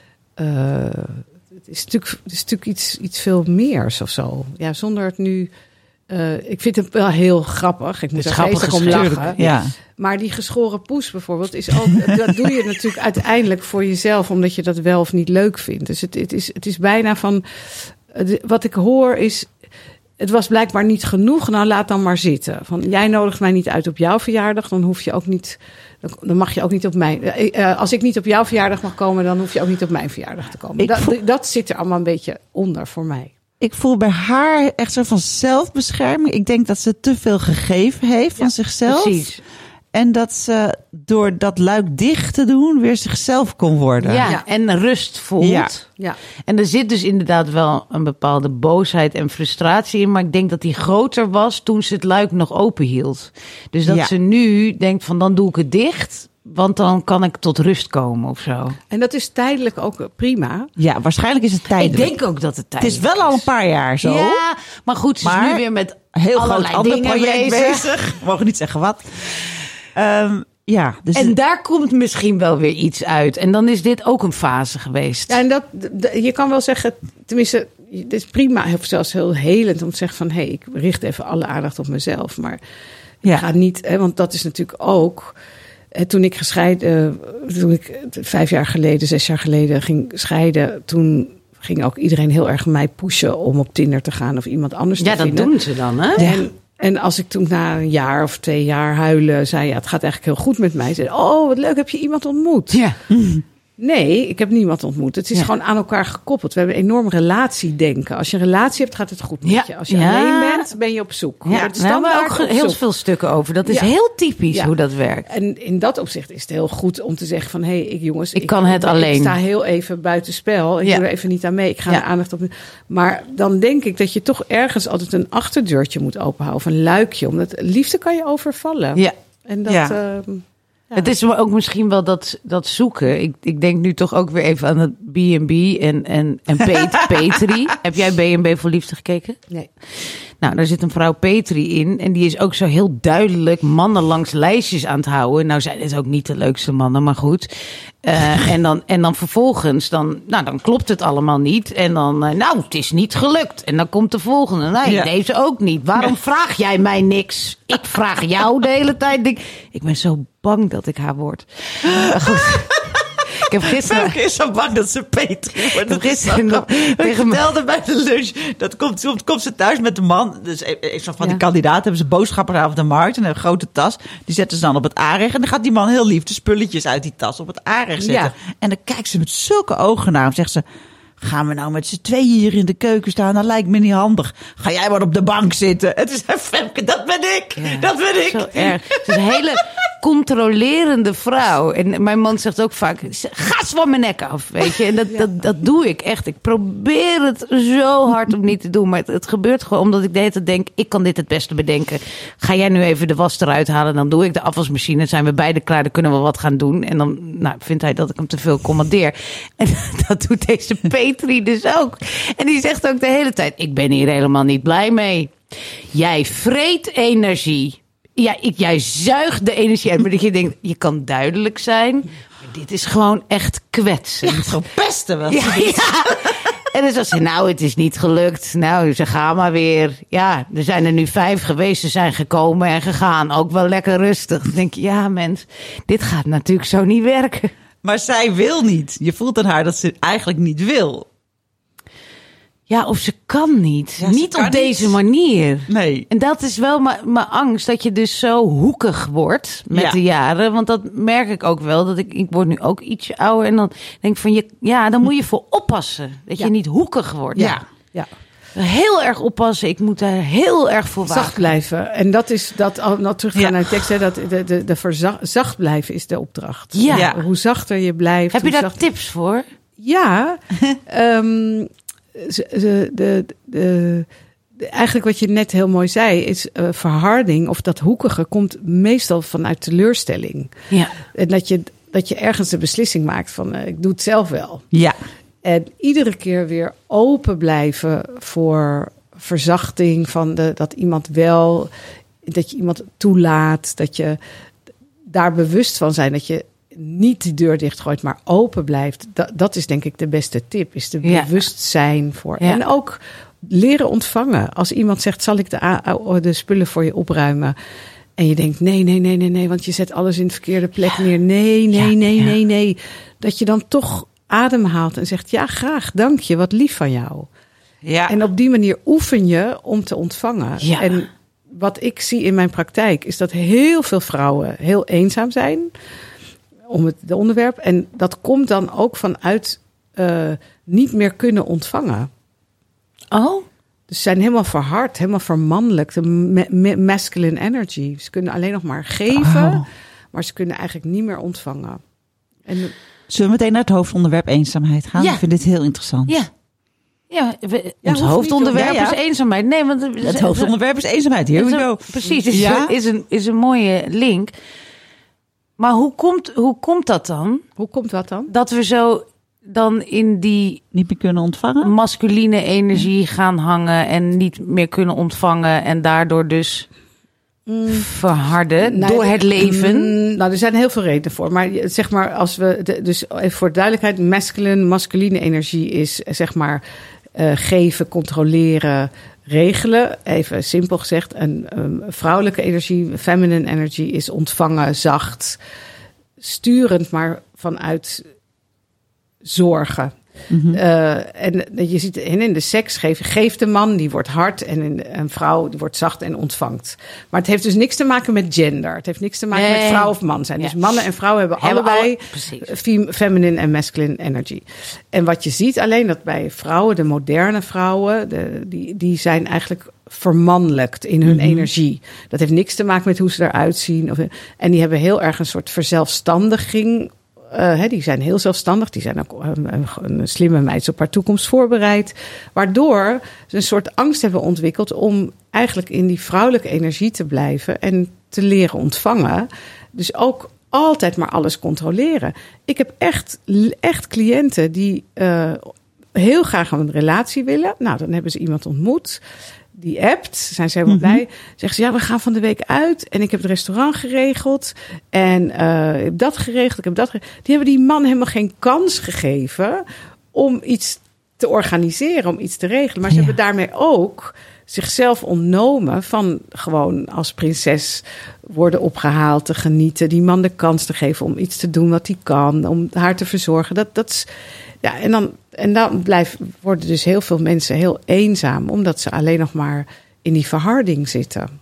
Het is natuurlijk iets veel meers of zo. Ja, zonder het nu... ik vind het wel heel grappig. Ik moet er geestig om lachen. Ja. Maar die geschoren poes bijvoorbeeld is ook... dat doe je natuurlijk uiteindelijk voor jezelf... omdat je dat wel of niet leuk vindt. Dus het is bijna van... wat ik hoor is... Het was blijkbaar niet genoeg. Nou, laat dan maar zitten. Van, jij nodigt mij niet uit op jouw verjaardag. Dan hoef je ook niet... Dan mag je ook niet op mijn... als ik niet op jouw verjaardag mag komen... dan hoef je ook niet op mijn verjaardag te komen. Dat zit er allemaal een beetje onder voor mij. Ik voel bij haar echt zo van zelfbescherming. Ik denk dat ze te veel gegeven heeft van zichzelf. Precies. En dat ze door dat luik dicht te doen weer zichzelf kon worden. Ja, en rust voelt. Ja. En er zit dus inderdaad wel een bepaalde boosheid en frustratie in. Maar ik denk dat die groter was toen ze het luik nog open hield. Dus dat ze nu denkt van dan doe ik het dicht. Want dan kan ik tot rust komen of zo. En dat is tijdelijk ook prima. Ja, waarschijnlijk is het tijdelijk. Ik denk ook dat het tijdelijk is. Het is wel al een paar jaar zo. Ja, maar goed, ze is nu weer met heel allerlei groot ander project bezig. We mogen niet zeggen wat. Dus en daar komt misschien wel weer iets uit. En dan is dit ook een fase geweest. Ja, en je kan wel zeggen, tenminste, het is prima, of zelfs heel helend om te zeggen van, hey, ik richt even alle aandacht op mezelf. Maar ik ga niet, want dat is natuurlijk ook, toen ik 5 jaar geleden, 6 jaar geleden ging scheiden, toen ging ook iedereen heel erg mij pushen om op Tinder te gaan of iemand anders te vinden. Ja, dat doen ze dan, hè? En als ik toen na een jaar of 2 jaar huilen zei, ja, het gaat eigenlijk heel goed met mij. Zei, oh, wat leuk, heb je iemand ontmoet? Ja. Nee, ik heb niemand ontmoet. Het is gewoon aan elkaar gekoppeld. We hebben een enorm relatiedenken. Als je een relatie hebt, gaat het goed met je. Als je alleen bent, ben je op zoek. Ja, daar hebben we ook heel veel stukken over. Dat is heel typisch hoe dat werkt. En in dat opzicht is het heel goed om te zeggen van, jongens, ik kan het alleen. Ik sta heel even buiten spel. Ik doe er even niet aan mee. Ik ga de aandacht op. Maar dan denk ik dat je toch ergens altijd een achterdeurtje moet openhouden. Of een luikje. Omdat liefde kan je overvallen. Ja. En dat... Het is ook misschien wel dat zoeken. Ik denk nu toch ook weer even aan het B&B en Petri. Heb jij B&B voor liefde gekeken? Nee. Nou, daar zit een vrouw Petri in. En die is ook zo heel duidelijk mannen langs lijstjes aan het houden. Nou zijn het ook niet de leukste mannen, maar goed. En dan vervolgens, dan klopt het allemaal niet. En dan, het is niet gelukt. En dan komt de volgende. Nee, deze ook niet. Waarom vraag jij mij niks? Ik vraag jou de hele tijd. Ik ben zo bang dat ik haar word. Goed. Ik heb gisteren... Femke is zo bang dat ze Petri wordt. Ik vertelde bij de lunch. Dat komt ze thuis met de man. Dus een van die kandidaten hebben ze boodschappen gedaan op de markt. En een grote tas. Die zetten ze dan op het aanrecht. En dan gaat die man heel lief de spulletjes uit die tas op het aanrecht zetten. Ja. En dan kijkt ze met zulke ogen naar hem. Zegt ze... Gaan we nou met z'n tweeën hier in de keuken staan? Dat lijkt me niet handig. Ga jij maar op de bank zitten. Het is Femke, dat ben ik. Ja, dat ben ik. Zo erg. Het is een hele controlerende vrouw. En mijn man zegt ook vaak, ga van mijn nek af. Weet je? En dat doe ik echt. Ik probeer het zo hard om niet te doen. Maar het gebeurt gewoon omdat ik de hele tijd denk, ik kan dit het beste bedenken. Ga jij nu even de was eruit halen? Dan doe ik de afwasmachine. Dan zijn we beide klaar. Dan kunnen we wat gaan doen. En dan vindt hij dat ik hem te veel commandeer. En dat doet deze Petri dus ook. En die zegt ook de hele tijd, ik ben hier helemaal niet blij mee. Jij vreet energie. Ja, jij zuigt de energie uit. Maar dat je denkt, je kan duidelijk zijn. Maar dit is gewoon echt kwetsen. Ja, zo pesten wel. Ja. En dan zegt ze, het is niet gelukt. Nou, ze gaan maar weer. Ja, er zijn er nu 5 geweest. Ze zijn gekomen en gegaan. Ook wel lekker rustig. Dan denk je, ja mens, dit gaat natuurlijk zo niet werken. Maar zij wil niet. Je voelt aan haar dat ze eigenlijk niet wil. Ja, of ze kan niet. Ja, niet op deze manier. Nee. En dat is wel mijn angst, dat je dus zo hoekig wordt met de jaren. Want dat merk ik ook wel. Dat ik word nu ook ietsje ouder. En dan denk ik van, dan moet je voor oppassen. Dat je niet hoekig wordt. Ja. Heel erg oppassen. Ik moet daar heel erg voor waken. Zacht blijven. En dat is dat, al teruggaan naar de tekst. Hè, dat zacht blijven is de opdracht. Ja. Hoe zachter je blijft. Heb je daar tips voor? Ja. Eigenlijk wat je net heel mooi zei, is verharding of dat hoekige komt meestal vanuit teleurstelling. Ja. En dat je ergens de beslissing maakt van ik doe het zelf wel. Ja. En iedere keer weer open blijven voor verzachting van dat iemand dat je iemand toelaat, dat je daar bewust van zijn, dat je niet die deur dichtgooit, maar open blijft. Dat is denk ik de beste tip. Is de bewustzijn voor. Ja. En ook leren ontvangen. Als iemand zegt, zal ik de spullen voor je opruimen? En je denkt, nee, want je zet alles in de verkeerde plek neer. Nee. Dat je dan toch ademhaalt en zegt, ja, graag, dank je, wat lief van jou. Ja. En op die manier oefen je om te ontvangen. Ja. En wat ik zie in mijn praktijk is dat heel veel vrouwen heel eenzaam zijn om het onderwerp. En dat komt dan ook vanuit niet meer kunnen ontvangen. Oh? Dus ze zijn helemaal verhard, helemaal vermannelijk. De masculine energy. Ze kunnen alleen nog maar geven, maar ze kunnen eigenlijk niet meer ontvangen. En zullen we meteen naar het hoofdonderwerp eenzaamheid gaan? Ik vind dit heel interessant. Ja, ons hoofdonderwerp is eenzaamheid. Nee, want het hoofdonderwerp is eenzaamheid. Here we go. Precies, is een mooie link. Maar hoe komt dat dan? Hoe komt dat dan? Dat we zo dan in die niet meer kunnen ontvangen, masculine energie gaan hangen en niet meer kunnen ontvangen en daardoor dus verharden door het leven. Er zijn heel veel redenen voor. Maar zeg maar, als we dus even voor duidelijkheid, masculine energie is zeg maar geven, controleren, regelen. Even simpel gezegd. En vrouwelijke energie, feminine energy, is ontvangen, zacht, sturend, maar vanuit zorgen. Mm-hmm. En je ziet in de seks geeft de man, die wordt hard, en een vrouw die wordt zacht en ontvangt. Maar het heeft dus niks te maken met gender. Het heeft niks te maken met vrouw of man zijn. Ja. Dus mannen en vrouwen hebben allebei feminine en masculine energy. En wat je ziet alleen, dat bij vrouwen, de moderne vrouwen, die zijn eigenlijk vermannelijkt in hun energie. Dat heeft niks te maken met hoe ze eruit zien. En die hebben heel erg een soort verzelfstandiging. Die zijn heel zelfstandig. Die zijn ook een slimme meid op haar toekomst voorbereid. Waardoor ze een soort angst hebben ontwikkeld om eigenlijk in die vrouwelijke energie te blijven en te leren ontvangen. Dus ook altijd maar alles controleren. Ik heb echt cliënten die heel graag een relatie willen. Nou, dan hebben ze iemand ontmoet. die appt, zijn ze helemaal blij. Zeggen ze, ja, we gaan van de week uit en ik heb het restaurant geregeld en ik heb dat geregeld, ik heb dat geregeld. Die hebben die man helemaal geen kans gegeven om iets te organiseren, om iets te regelen. Maar ze hebben daarmee ook zichzelf ontnomen van gewoon als prinses worden opgehaald, te genieten, die man de kans te geven om iets te doen wat hij kan, om haar te verzorgen. Dat is, ja, en dan worden dus heel veel mensen heel eenzaam, omdat ze alleen nog maar in die verharding zitten.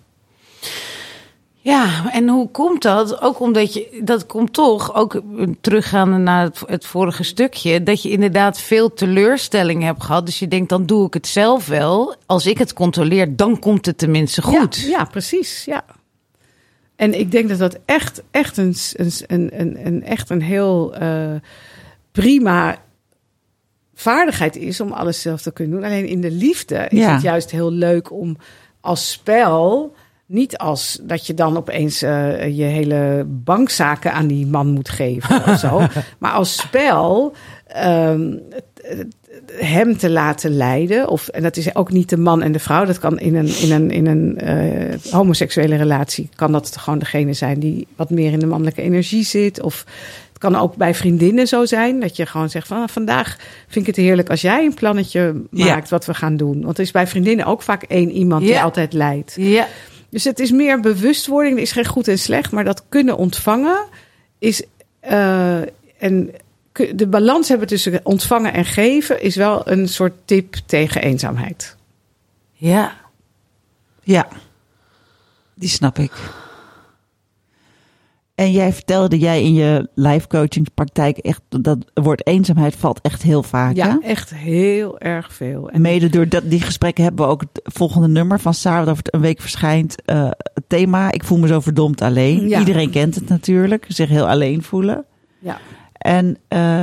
Ja, en hoe komt dat? Ook omdat dat komt toch, ook teruggaande naar het vorige stukje, dat je inderdaad veel teleurstelling hebt gehad. Dus je denkt, dan doe ik het zelf wel. Als ik het controleer, dan komt het tenminste goed. Ja, precies, ja. En ik denk dat dat echt een heel prima vaardigheid is om alles zelf te kunnen doen. Alleen in de liefde is het juist heel leuk om als spel, niet als dat je dan opeens je hele bankzaken aan die man moet geven of zo, maar als spel hem te laten leiden. En dat is ook niet de man en de vrouw. Dat kan in een homoseksuele relatie kan dat gewoon degene zijn die wat meer in de mannelijke energie zit. Of het kan ook bij vriendinnen zo zijn dat je gewoon zegt van vandaag vind ik het heerlijk als jij een plannetje maakt wat we gaan doen. Want er is bij vriendinnen ook vaak één iemand die altijd leidt. Ja. Dus het is meer bewustwording. Er is geen goed en slecht, maar dat kunnen ontvangen is en de balans hebben tussen ontvangen en geven is wel een soort tip tegen eenzaamheid. Ja. Ja. Die snap ik. En jij vertelde dat jij in je life coachingspraktijk echt dat woord eenzaamheid valt echt heel vaak. Ja, hè? echt heel erg veel. En mede door die gesprekken hebben we ook het volgende nummer van Sarah, dat over een week verschijnt. Het thema, ik voel me zo verdomd alleen. Ja. Iedereen kent het natuurlijk, zich heel alleen voelen. Ja. En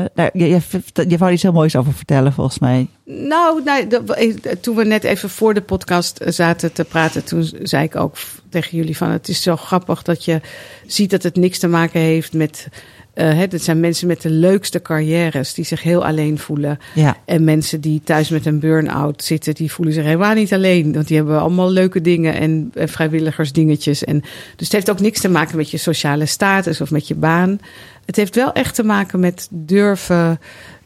je wou iets heel moois over vertellen, volgens mij. Nou, toen we net even voor de podcast zaten te praten, toen zei ik ook tegen jullie van het is zo grappig dat je ziet dat het niks te maken heeft met dat zijn mensen met de leukste carrières die zich heel alleen voelen. Ja. En mensen die thuis met een burn-out zitten, die voelen zich helemaal niet alleen. Want die hebben allemaal leuke dingen en vrijwilligersdingetjes. Dus het heeft ook niks te maken met je sociale status of met je baan. Het heeft wel echt te maken met durven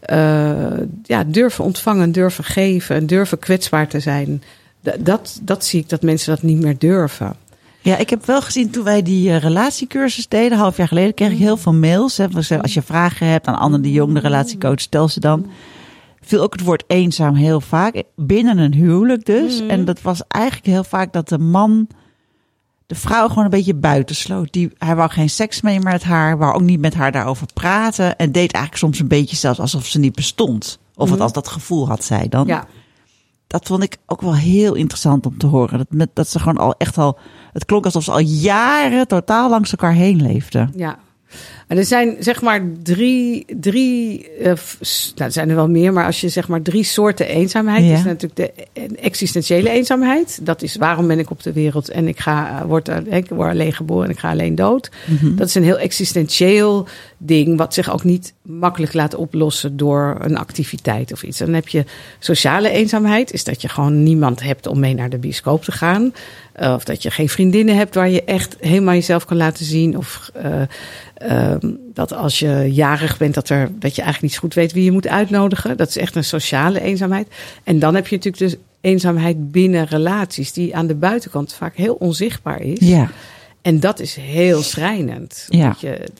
ontvangen, durven geven en durven kwetsbaar te zijn. Dat zie ik dat mensen dat niet meer durven. Ja, ik heb wel gezien toen wij die relatiecursus deden, een half jaar geleden, kreeg ik heel veel mails. Hè. Als je vragen hebt aan Anne de Jong, de relatiecoach, stel ze dan. Viel ook het woord eenzaam heel vaak, binnen een huwelijk dus. En dat was eigenlijk heel vaak dat de man de vrouw gewoon een beetje buitensloot. Hij wou geen seks mee met haar, wou ook niet met haar daarover praten. En deed eigenlijk soms een beetje zelfs alsof ze niet bestond. Of het als dat gevoel had zij dan. Ja. Dat vond ik ook wel heel interessant om te horen. Dat ze gewoon al echt al, het klonk alsof ze al jaren totaal langs elkaar heen leefden. Ja. En er zijn zeg maar drie er zijn er wel meer, maar als je zeg maar 3 soorten eenzaamheid, is natuurlijk de existentiële eenzaamheid. Dat is waarom ben ik op de wereld en ik word alleen geboren en ik ga alleen dood. Mm-hmm. Dat is een heel existentieel ding, wat zich ook niet makkelijk laat oplossen door een activiteit of iets. Dan heb je sociale eenzaamheid, is dat je gewoon niemand hebt om mee naar de bioscoop te gaan. Of dat je geen vriendinnen hebt waar je echt helemaal jezelf kan laten zien. Of dat als je jarig bent, dat je eigenlijk niet zo goed weet wie je moet uitnodigen. Dat is echt een sociale eenzaamheid. En dan heb je natuurlijk dus eenzaamheid binnen relaties, die aan de buitenkant vaak heel onzichtbaar is. Ja. En dat is heel schrijnend. Ja.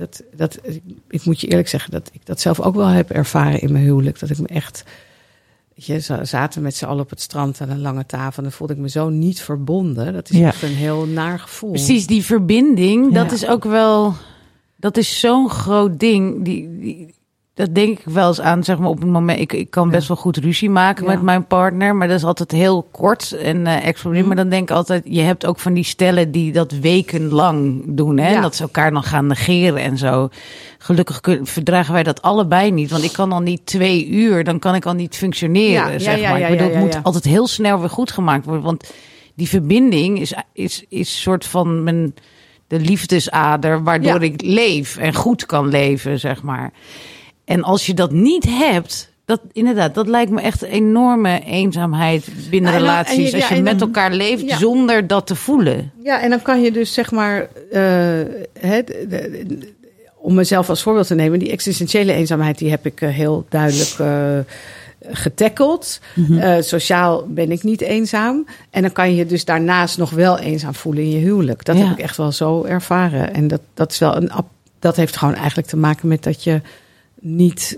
Ik moet je eerlijk zeggen dat ik dat zelf ook wel heb ervaren in mijn huwelijk. Dat ik me echt, zaten met z'n allen op het strand aan een lange tafel en dan voelde ik me zo niet verbonden. Dat is echt een heel naar gevoel. Precies, die verbinding, dat is ook wel, dat is zo'n groot ding. Dat denk ik wel eens aan, zeg maar, op het moment. Ik kan best wel goed ruzie maken met mijn partner, maar dat is altijd heel kort en explosief. Maar dan denk ik altijd, je hebt ook van die stellen die dat wekenlang doen, hè? Ja. Dat ze elkaar dan gaan negeren en zo. Gelukkig verdragen wij dat allebei niet, want ik kan al niet 2 uur, dan kan ik al niet functioneren, zeg maar. Ik bedoel, het moet altijd heel snel weer goed gemaakt worden, want die verbinding is soort van de liefdesader waardoor ik leef en goed kan leven, zeg maar. En als je dat niet hebt, Inderdaad, dat lijkt me echt een enorme eenzaamheid binnen relaties. Als je met elkaar leeft zonder dat te voelen. Ja, en dan kan je dus zeg maar... om mezelf als voorbeeld te nemen... die existentiële eenzaamheid, die heb ik heel duidelijk getackeld. Mm-hmm. Sociaal ben ik niet eenzaam. En dan kan je dus daarnaast nog wel eenzaam voelen in je huwelijk. Dat heb ik echt wel zo ervaren. En dat is wel dat heeft gewoon eigenlijk te maken met dat je niet...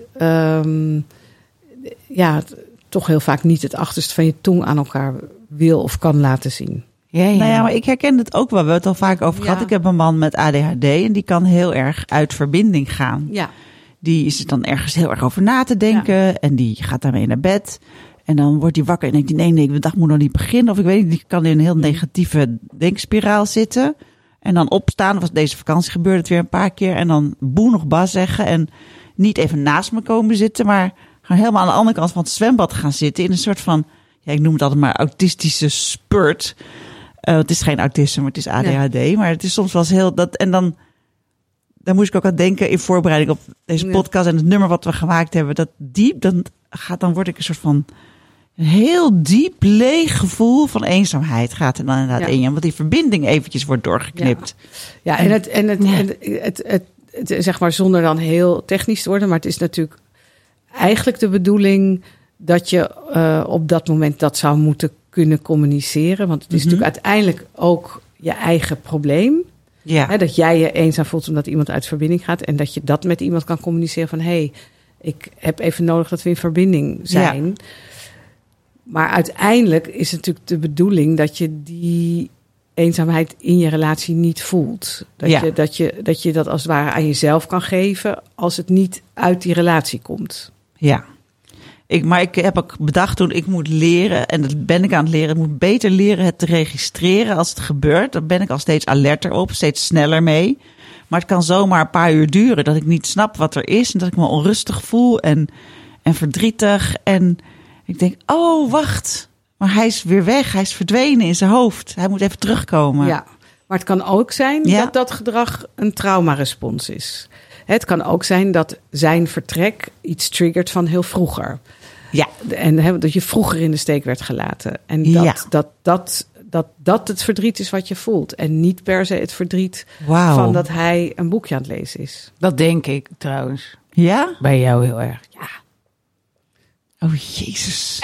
toch heel vaak niet het achterste van je tong aan elkaar wil of kan laten zien. Ja. Nou ja, maar ik herken het ook wel. We hebben het al vaak over gehad. Ik heb een man met ADHD en die kan heel erg uit verbinding gaan. Ja. Die is er dan ergens heel erg over na te denken en die gaat daarmee naar bed. En dan wordt hij wakker en denkt hij, nee, de dag moet nog niet beginnen. Of ik weet niet, die kan in een heel negatieve denkspiraal zitten. En dan opstaan, was deze vakantie gebeurde het weer een paar keer. En dan boe nog ba zeggen en niet even naast me komen zitten, maar gewoon helemaal aan de andere kant van het zwembad gaan zitten in een soort van, ik noem het altijd maar autistische spurt. Het is geen autisme, maar het is ADHD. Ja. Maar het is soms wel eens heel... En dan moest ik ook aan denken in voorbereiding op deze podcast en het nummer wat we gemaakt hebben. Dat diep, dan word ik een soort van een heel diep leeg gevoel van eenzaamheid gaat er dan inderdaad in je. Want die verbinding eventjes wordt doorgeknipt. Ja, en het zeg maar zonder dan heel technisch te worden, maar het is natuurlijk eigenlijk de bedoeling dat je op dat moment dat zou moeten kunnen communiceren. Want het is natuurlijk uiteindelijk ook je eigen probleem. Ja. Hè, dat jij je eenzaam voelt omdat iemand uit verbinding gaat. En dat je dat met iemand kan communiceren van, hey, ik heb even nodig dat we in verbinding zijn. Ja. Maar uiteindelijk is het natuurlijk de bedoeling dat je die eenzaamheid in je relatie niet voelt. Dat je dat als het ware aan jezelf kan geven als het niet uit die relatie komt. Ja. Maar ik heb ook bedacht toen ik moet leren, en dat ben ik aan het leren, ik moet beter leren het te registreren als het gebeurt. Daar ben ik al steeds alerter op, steeds sneller mee. Maar het kan zomaar een paar uur duren dat ik niet snap wat er is en dat ik me onrustig voel en verdrietig. En ik denk, oh wacht, maar hij is weer weg, hij is verdwenen in zijn hoofd. Hij moet even terugkomen. Ja, maar het kan ook zijn dat dat gedrag een traumarespons is. Het kan ook zijn dat zijn vertrek iets triggert van heel vroeger. Ja. En dat je vroeger in de steek werd gelaten. En dat het verdriet is wat je voelt. En niet per se het verdriet van dat hij een boekje aan het lezen is. Dat denk ik trouwens. Ja? Bij jou heel erg. Ja. Oh, Jezus.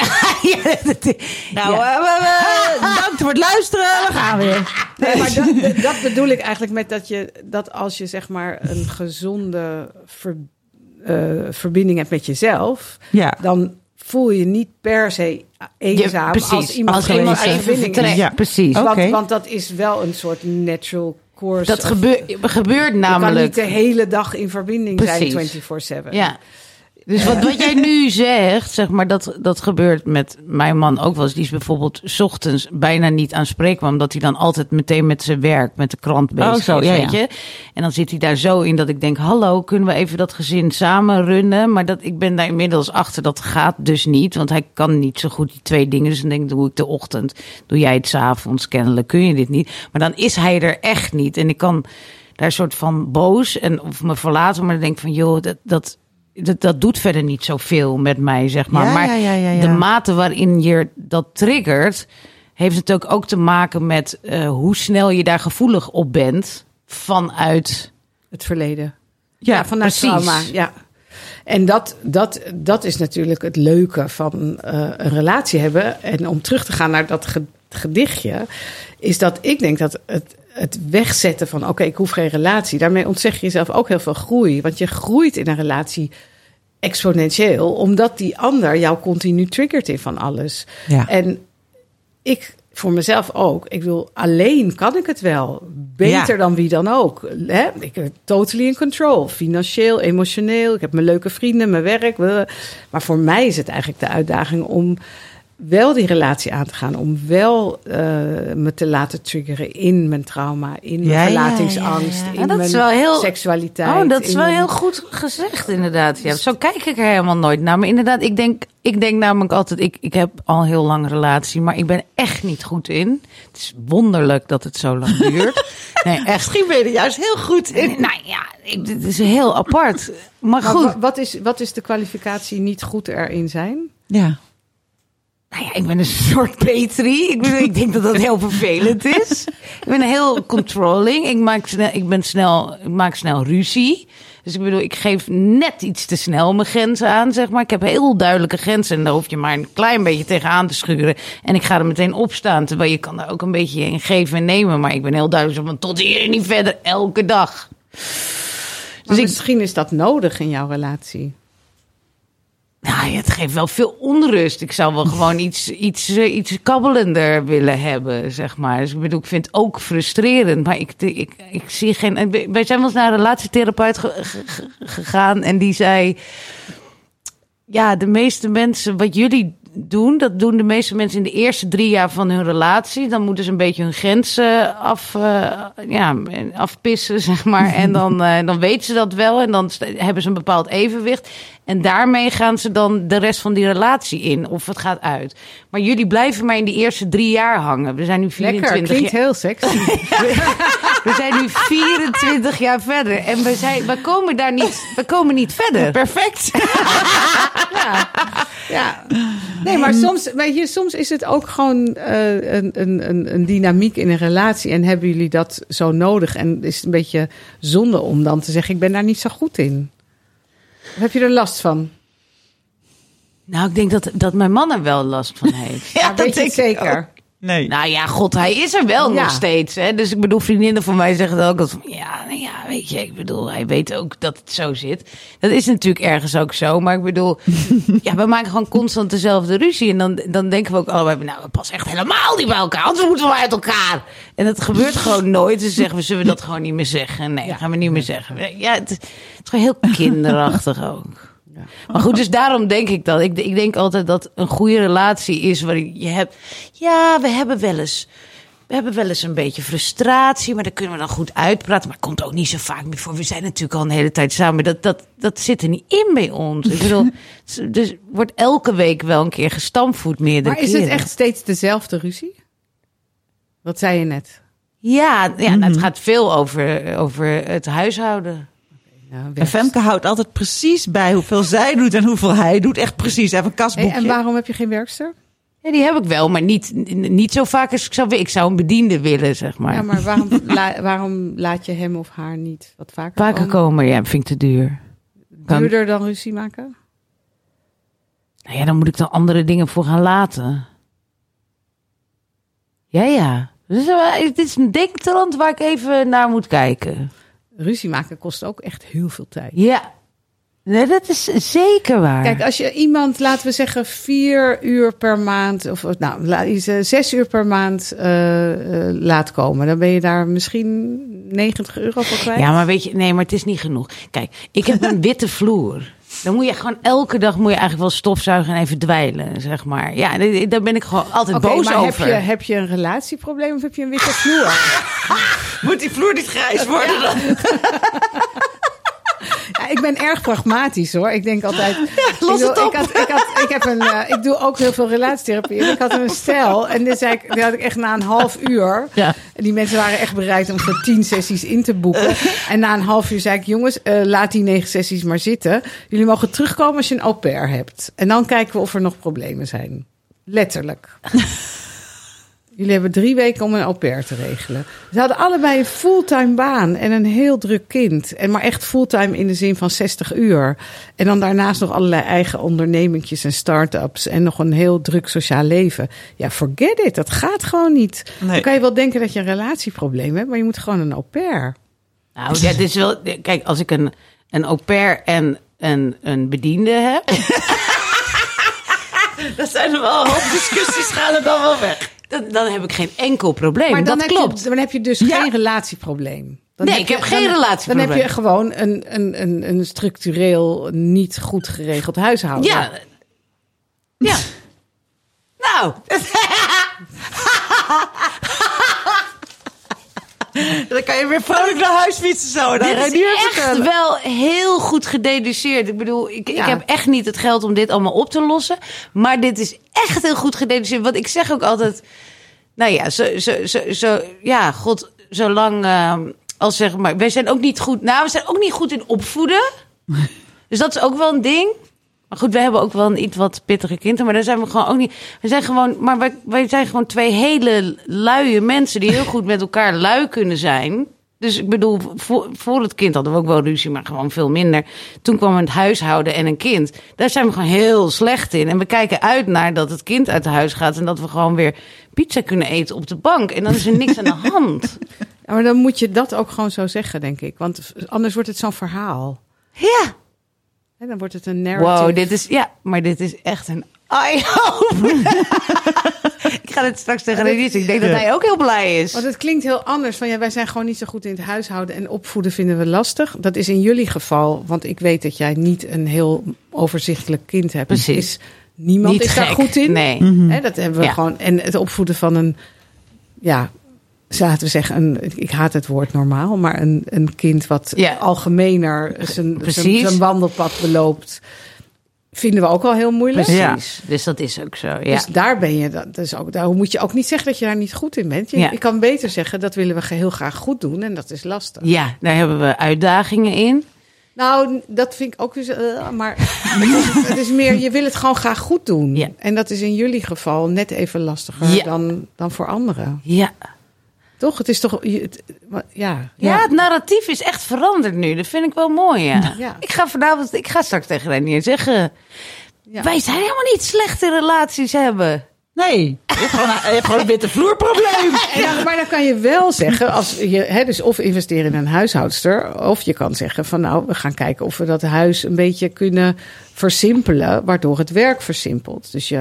Dank voor het luisteren. We gaan weer. Nee, maar dat bedoel ik eigenlijk met dat als je zeg maar een gezonde verbinding hebt met jezelf, dan voel je niet per se eenzaam als iemand een verbinding heeft. Ja, precies. Want dat is wel een soort natural course. Dat gebeurt namelijk. Je kan niet de hele dag in verbinding zijn 24/7. Ja. Dus wat jij nu zegt, zeg maar, dat gebeurt met mijn man ook wel eens. Die is bijvoorbeeld 's ochtends bijna niet aanspreekbaar, omdat hij dan altijd meteen met zijn werk, met de krant bezig is, weet je. En dan zit hij daar zo in dat ik denk, hallo, kunnen we even dat gezin samen runnen? Maar ik ben daar inmiddels achter, dat gaat dus niet, want hij kan niet zo goed die twee dingen. Dus dan denk ik, doe ik de ochtend, doe jij het 's avonds, kennelijk kun je dit niet. Maar dan is hij er echt niet. En ik kan daar een soort van boos of me verlaten, maar dan denk ik van, joh, dat doet verder niet zoveel met mij, zeg maar. Maar de mate waarin je dat triggert, heeft het ook te maken met hoe snel je daar gevoelig op bent vanuit het verleden. Ja, vanuit trauma. Ja. En dat is natuurlijk het leuke van een relatie hebben. En om terug te gaan naar dat gedichtje, is dat ik denk dat het wegzetten van oké, ik hoef geen relatie. Daarmee ontzeg je jezelf ook heel veel groei. Want je groeit in een relatie exponentieel, omdat die ander jou continu triggert in van alles. Ja. En ik voor mezelf ook. Ik wil, alleen kan ik het wel. Beter dan wie dan ook. Hè? Ik ben totally in control. Financieel, emotioneel. Ik heb mijn leuke vrienden, mijn werk. Maar voor mij is het eigenlijk de uitdaging om wel die relatie aan te gaan. Om wel me te laten triggeren in mijn trauma, in mijn verlatingsangst, in mijn seksualiteit. Oh, dat is wel heel goed gezegd inderdaad. Ja, zo kijk ik er helemaal nooit naar. Maar inderdaad, ik denk namelijk altijd, ik heb al een heel lange relatie, maar ik ben echt niet goed in. Het is wonderlijk dat het zo lang duurt. Nee, echt. Misschien ben je er juist heel goed in. Nou ja, het is heel apart. Maar goed. Wat is de kwalificatie niet goed erin zijn? Ja. Nou ja, ik ben een soort Petri. Ik denk dat dat heel vervelend is. Ik ben heel controlling. Ik maak snel ruzie. Dus ik bedoel, ik geef net iets te snel mijn grenzen aan, zeg maar. Ik heb heel duidelijke grenzen en daar hoef je maar een klein beetje tegenaan te schuren. En ik ga er meteen op staan, terwijl je kan daar ook een beetje in geven en nemen. Maar ik ben heel duidelijk zo van tot hier en niet verder, elke dag. Dus misschien is dat nodig in jouw relatie. Nou ja, het geeft wel veel onrust. Ik zou wel gewoon iets kabbelender willen hebben, zeg maar. Dus ik bedoel, ik vind het ook frustrerend. Maar ik zie geen... Wij zijn wel eens naar een relatietherapeut gegaan en die zei... Ja, de meeste mensen, wat jullie doen, dat doen de meeste mensen in de eerste 3 jaar van hun relatie. Dan moeten ze een beetje hun grenzen afpissen, zeg maar. En dan weten ze dat wel en dan hebben ze een bepaald evenwicht. En daarmee gaan ze dan de rest van die relatie in. Of het gaat uit. Maar jullie blijven maar in die eerste 3 jaar hangen. We zijn nu 24 Lekker, klinkt heel sexy. We zijn nu 24 jaar verder. En we komen niet verder. Perfect. Ja. Nee, maar soms is het ook gewoon een dynamiek in een relatie. En hebben jullie dat zo nodig? En is het een beetje zonde om dan te zeggen, ik ben daar niet zo goed in. Of heb je er last van? Nou, ik denk dat mijn man er wel last van heeft. Ja, weet je het zeker? Nee. Nou ja, god, hij is er wel nog steeds. Hè? Dus ik bedoel, vriendinnen van mij zeggen ook dat weet je, ik bedoel, hij weet ook dat het zo zit. Dat is natuurlijk ergens ook zo. Maar ik bedoel, we maken gewoon constant dezelfde ruzie. En dan denken we ook allebei, we passen echt helemaal niet bij elkaar. Anders moeten we uit elkaar. En dat gebeurt gewoon nooit. Dus zeggen we, zullen we dat gewoon niet meer zeggen? Nee, gaan we niet meer zeggen. Ja, het is gewoon heel kinderachtig ook. Ja. Maar goed, dus daarom denk ik dat. Ik denk altijd dat een goede relatie is waarin je hebt... Ja, we hebben wel eens een beetje frustratie, maar daar kunnen we dan goed uitpraten. Maar het komt ook niet zo vaak meer voor. We zijn natuurlijk al een hele tijd samen. Dat zit er niet in bij ons. Ik bedoel, dus wordt elke week wel een keer gestampvoet meerdere keren. Maar is het echt steeds dezelfde ruzie? Wat zei je net? Ja, het gaat veel over het huishouden. En Femke houdt altijd precies bij hoeveel zij doet en hoeveel hij doet. Echt precies, even een kasboekje. En waarom heb je geen werkster? Ja, die heb ik wel, maar niet zo vaak als ik zou een bediende willen, zeg maar. Ja, maar waarom laat je hem of haar niet wat vaker komen? Ja, vind ik te duur. Duurder dan ruzie maken? Nou ja, dan moet ik dan andere dingen voor gaan laten. Ja. Dus, het is een denktalent waar ik even naar moet kijken. Ruzie maken kost ook echt heel veel tijd. Ja, nee, dat is zeker waar. Kijk, als je iemand, laten we zeggen, 4 uur per maand... of 6 uur per maand laat komen... dan ben je daar misschien €90 voor kwijt. Ja, maar weet je, nee, maar het is niet genoeg. Kijk, ik heb een witte vloer. Dan moet je gewoon elke dag eigenlijk wel stofzuigen en even dweilen, zeg maar. Ja, daar ben ik gewoon altijd boos maar over. Heb je een relatieprobleem of heb je een witte vloer? Moet die vloer niet grijs worden dan? Ja, ik ben erg pragmatisch hoor. Ik denk altijd. Ik doe ook heel veel relatietherapie. En ik had een stel. En die had ik echt na een half uur. Ja. En die mensen waren echt bereid om voor 10 sessies in te boeken. En na een half uur zei ik: jongens, laat die 9 sessies maar zitten. Jullie mogen terugkomen als je een au pair hebt. En dan kijken we of er nog problemen zijn. Letterlijk. Jullie hebben 3 weken om een au pair te regelen. Ze hadden allebei een fulltime baan en een heel druk kind. Maar echt fulltime in de zin van 60 uur. En dan daarnaast nog allerlei eigen ondernemingjes en start-ups. En nog een heel druk sociaal leven. Ja, forget it. Dat gaat gewoon niet. Nee. Dan kan je wel denken dat je een relatieprobleem hebt. Maar je moet gewoon een au pair. Nou, ja, dit is wel... Kijk, als ik een au pair en een bediende heb... dat zijn er wel een hoop discussies, gaan er dan wel weg. Dan heb ik geen enkel probleem. Maar dat klopt. Dan heb je dus geen relatieprobleem. Ik heb geen relatieprobleem. Dan heb je gewoon een structureel niet goed geregeld huishouden. Ja. Nou. Dan kan je weer vrolijk naar huis fietsen zo. Dit is echt wel heel goed gededuceerd. Ik bedoel, ik heb echt niet het geld om dit allemaal op te lossen. Maar dit is echt heel goed gededuceerd. Want ik zeg ook altijd... Nou ja, god, zolang... als zeg maar... Wij zijn ook niet goed... Nou, we zijn ook niet goed in opvoeden. Dus dat is ook wel een ding. Maar goed, we hebben ook wel een iets wat pittige kinderen. Maar daar zijn we gewoon ook niet... We zijn gewoon... Maar wij zijn gewoon twee hele luie mensen... die heel goed met elkaar lui kunnen zijn. Dus ik bedoel, voor het kind hadden we ook wel ruzie... maar gewoon veel minder. Toen kwam het huishouden en een kind. Daar zijn we gewoon heel slecht in. En we kijken uit naar dat het kind uit huis gaat... en dat we gewoon weer pizza kunnen eten op de bank. En dan is er niks aan de hand. Ja, maar dan moet je dat ook gewoon zo zeggen, denk ik. Want anders wordt het zo'n verhaal. Ja. En dan wordt het een narrative. Wow, dit is echt een eye-opener. Ik ga dit straks tegen Renise. Ik denk dat hij ook heel blij is. Want het klinkt heel anders. Van wij zijn gewoon niet zo goed in het huishouden en opvoeden vinden we lastig. Dat is in jullie geval, want ik weet dat jij niet een heel overzichtelijk kind hebt. Precies. Niemand niet is gek. daar goed in. Nee. Hè, dat hebben we gewoon. En het opvoeden van een, laten we zeggen, ik haat het woord normaal, maar een kind wat algemener zijn wandelpad beloopt, vinden we ook al heel moeilijk. Precies, dus dat is ook zo. Ja. Dus daar ben je, daar moet je ook niet zeggen dat je daar niet goed in bent. Je kan beter zeggen, dat willen we heel graag goed doen en dat is lastig. Ja, daar hebben we uitdagingen in. Nou, dat vind ik ook weer maar het is meer, je wil het gewoon graag goed doen. Ja. En dat is in jullie geval net even lastiger dan voor anderen. Ja. Toch? Het is toch... Ja, het narratief is echt veranderd nu. Dat vind ik wel mooi, ja. Ik ga straks tegen Reinier zeggen... Ja. Wij zijn helemaal niet slecht in relaties hebben. Nee, je hebt gewoon een witte vloerprobleem. Maar dan kan je wel zeggen... als je dus of investeren in een huishoudster... of je kan zeggen van nou, we gaan kijken of we dat huis een beetje kunnen versimpelen... waardoor het werk versimpelt. Dus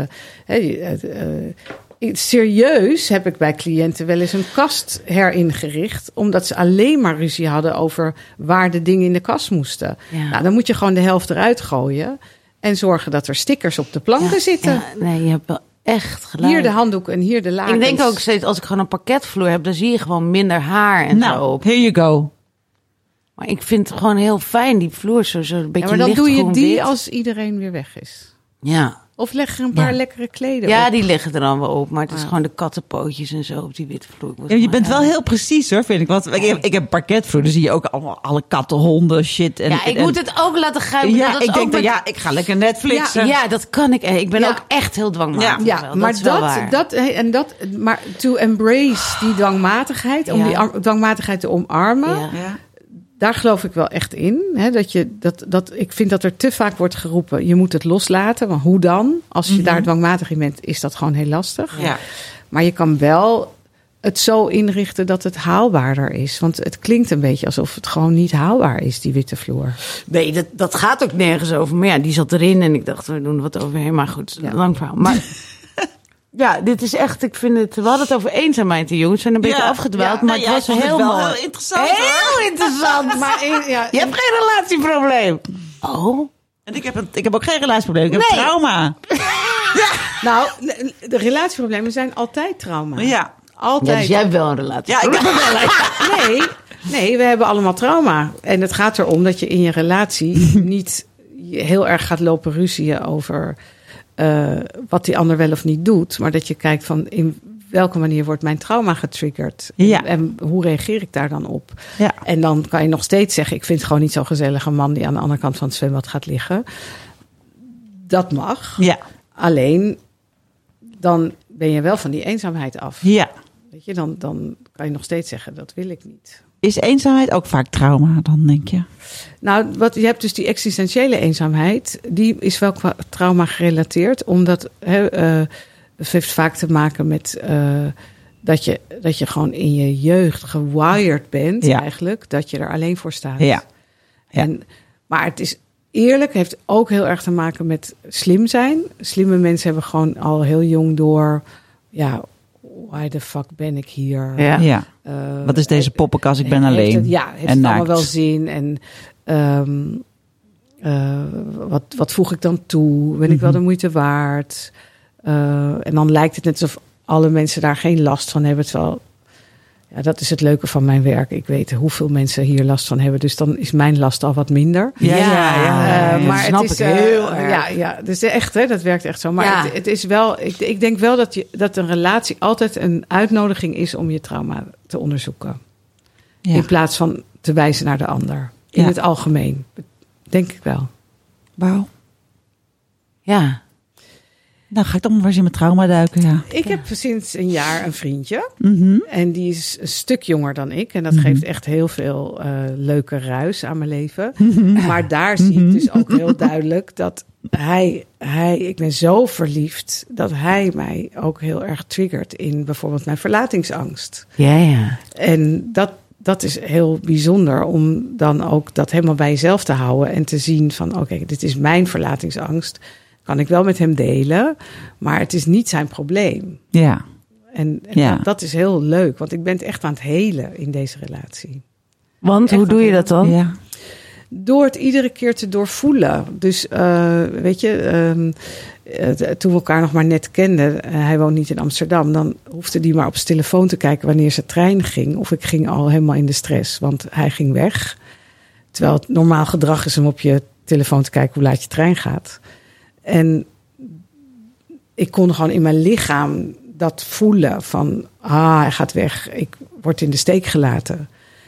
serieus heb ik bij cliënten wel eens een kast heringericht... omdat ze alleen maar ruzie hadden over waar de dingen in de kast moesten. Ja. Nou, dan moet je gewoon de helft eruit gooien... en zorgen dat er stickers op de planken zitten. Ja, nee, je hebt wel echt gelijk. Hier de handdoek en hier de lakens. Ik denk ook steeds, als ik gewoon een parketvloer heb... dan zie je gewoon minder haar en zo op. Here you go. Maar ik vind het gewoon heel fijn, die vloer zo een beetje licht. Maar dan doe je die wit. als iedereen weer weg is. Ja. Of leg er een paar lekkere kleden op. Ja, die liggen er dan wel op. Maar het is gewoon de kattenpootjes en zo op die witte vloer. Ja, je bent wel heel precies hoor, vind ik. Want ik heb een parketvloer, dan zie je ook allemaal alle katten, honden, shit. En, ik moet het ook laten gaan. Ja, dat ik denk ik ga lekker Netflixen. Ja, dat kan ik. Ik ben ook echt heel dwangmatig. Ja, maar to embrace die dwangmatigheid, om die dwangmatigheid te omarmen... Ja. Daar geloof ik wel echt in. Hè, ik vind dat er te vaak wordt geroepen... je moet het loslaten, maar hoe dan? Als je daar dwangmatig in bent, is dat gewoon heel lastig. Ja. Maar je kan wel het zo inrichten dat het haalbaarder is. Want het klinkt een beetje alsof het gewoon niet haalbaar is, die witte vloer. Nee, dat gaat ook nergens over. Maar ja, die zat erin en ik dacht, we doen er wat overheen. Maar goed, lang verhaal. Maar... Ja, dit is echt, ik vind het... We hadden het over eenzaamheid, die jongens zijn een beetje afgedwaald, maar het was heel mooi. Heel interessant. Heel interessant. Maar je hebt geen relatieprobleem. Oh. En ik heb ook geen relatieprobleem, ik heb trauma. Nou, de relatieproblemen zijn altijd trauma. Ja. Altijd. Ja, dus jij hebt wel een relatie. Nee, we hebben allemaal trauma. En het gaat erom dat je in je relatie niet heel erg gaat lopen ruzieën over... wat die ander wel of niet doet. Maar dat je kijkt van in welke manier wordt mijn trauma getriggerd. Ja. En hoe reageer ik daar dan op? Ja. En dan kan je nog steeds zeggen... ik vind het gewoon niet zo'n gezellige man... die aan de andere kant van het zwembad gaat liggen. Dat mag. Ja. Alleen, dan ben je wel van die eenzaamheid af. Ja. Weet je, dan kan je nog steeds zeggen... dat wil ik niet. Is eenzaamheid ook vaak trauma dan, denk je? Nou, je hebt dus die existentiële eenzaamheid. Die is wel qua trauma gerelateerd. Omdat het heeft vaak te maken met dat je gewoon in je jeugd gewired bent eigenlijk. Dat je er alleen voor staat. Ja. Maar het is eerlijk, heeft ook heel erg te maken met slim zijn. Slimme mensen hebben gewoon al heel jong door... why the fuck ben ik hier? Ja. Wat is deze poppenkast? Ik ben alleen. Heeft het allemaal wel zin? En wat voeg ik dan toe? Ben ik wel de moeite waard? En dan lijkt het net alsof alle mensen daar geen last van hebben. Terwijl, ja, dat is het leuke van mijn werk. Ik weet hoeveel mensen hier last van hebben. Dus dan is mijn last al wat minder. Maar snap het is ik heel erg. Ja, dus echt, hè, dat werkt echt zo. Maar het is wel, ik denk wel dat een relatie altijd een uitnodiging is om je trauma te onderzoeken. Ja. In plaats van te wijzen naar de ander. In het algemeen. Denk ik wel. Wauw. Ja. Nou, ga ik dan maar eens in mijn trauma duiken, ja. Ik heb sinds een jaar een vriendje. Mhm. En die is een stuk jonger dan ik. En dat geeft echt heel veel leuke ruis aan mijn leven. Maar daar zie ik dus ook heel duidelijk dat ik ben zo verliefd dat hij mij ook heel erg triggert in bijvoorbeeld mijn verlatingsangst. Ja. En dat is heel bijzonder om dan ook dat helemaal bij jezelf te houden en te zien van oké, dit is mijn verlatingsangst. Kan ik wel met hem delen, maar het is niet zijn probleem. Ja. En dat is heel leuk, want ik ben het echt aan het helen in deze relatie. Want, hoe doe je dat dan? Ja. Door het iedere keer te doorvoelen. Dus weet je, toen we elkaar nog maar net kenden, hij woont niet in Amsterdam, dan hoefde hij maar op zijn telefoon te kijken wanneer zijn trein ging. Of ik ging al helemaal in de stress, want hij ging weg. Terwijl het normaal gedrag is om op je telefoon te kijken hoe laat je trein gaat. En ik kon gewoon in mijn lichaam dat voelen van, hij gaat weg, ik word in de steek gelaten.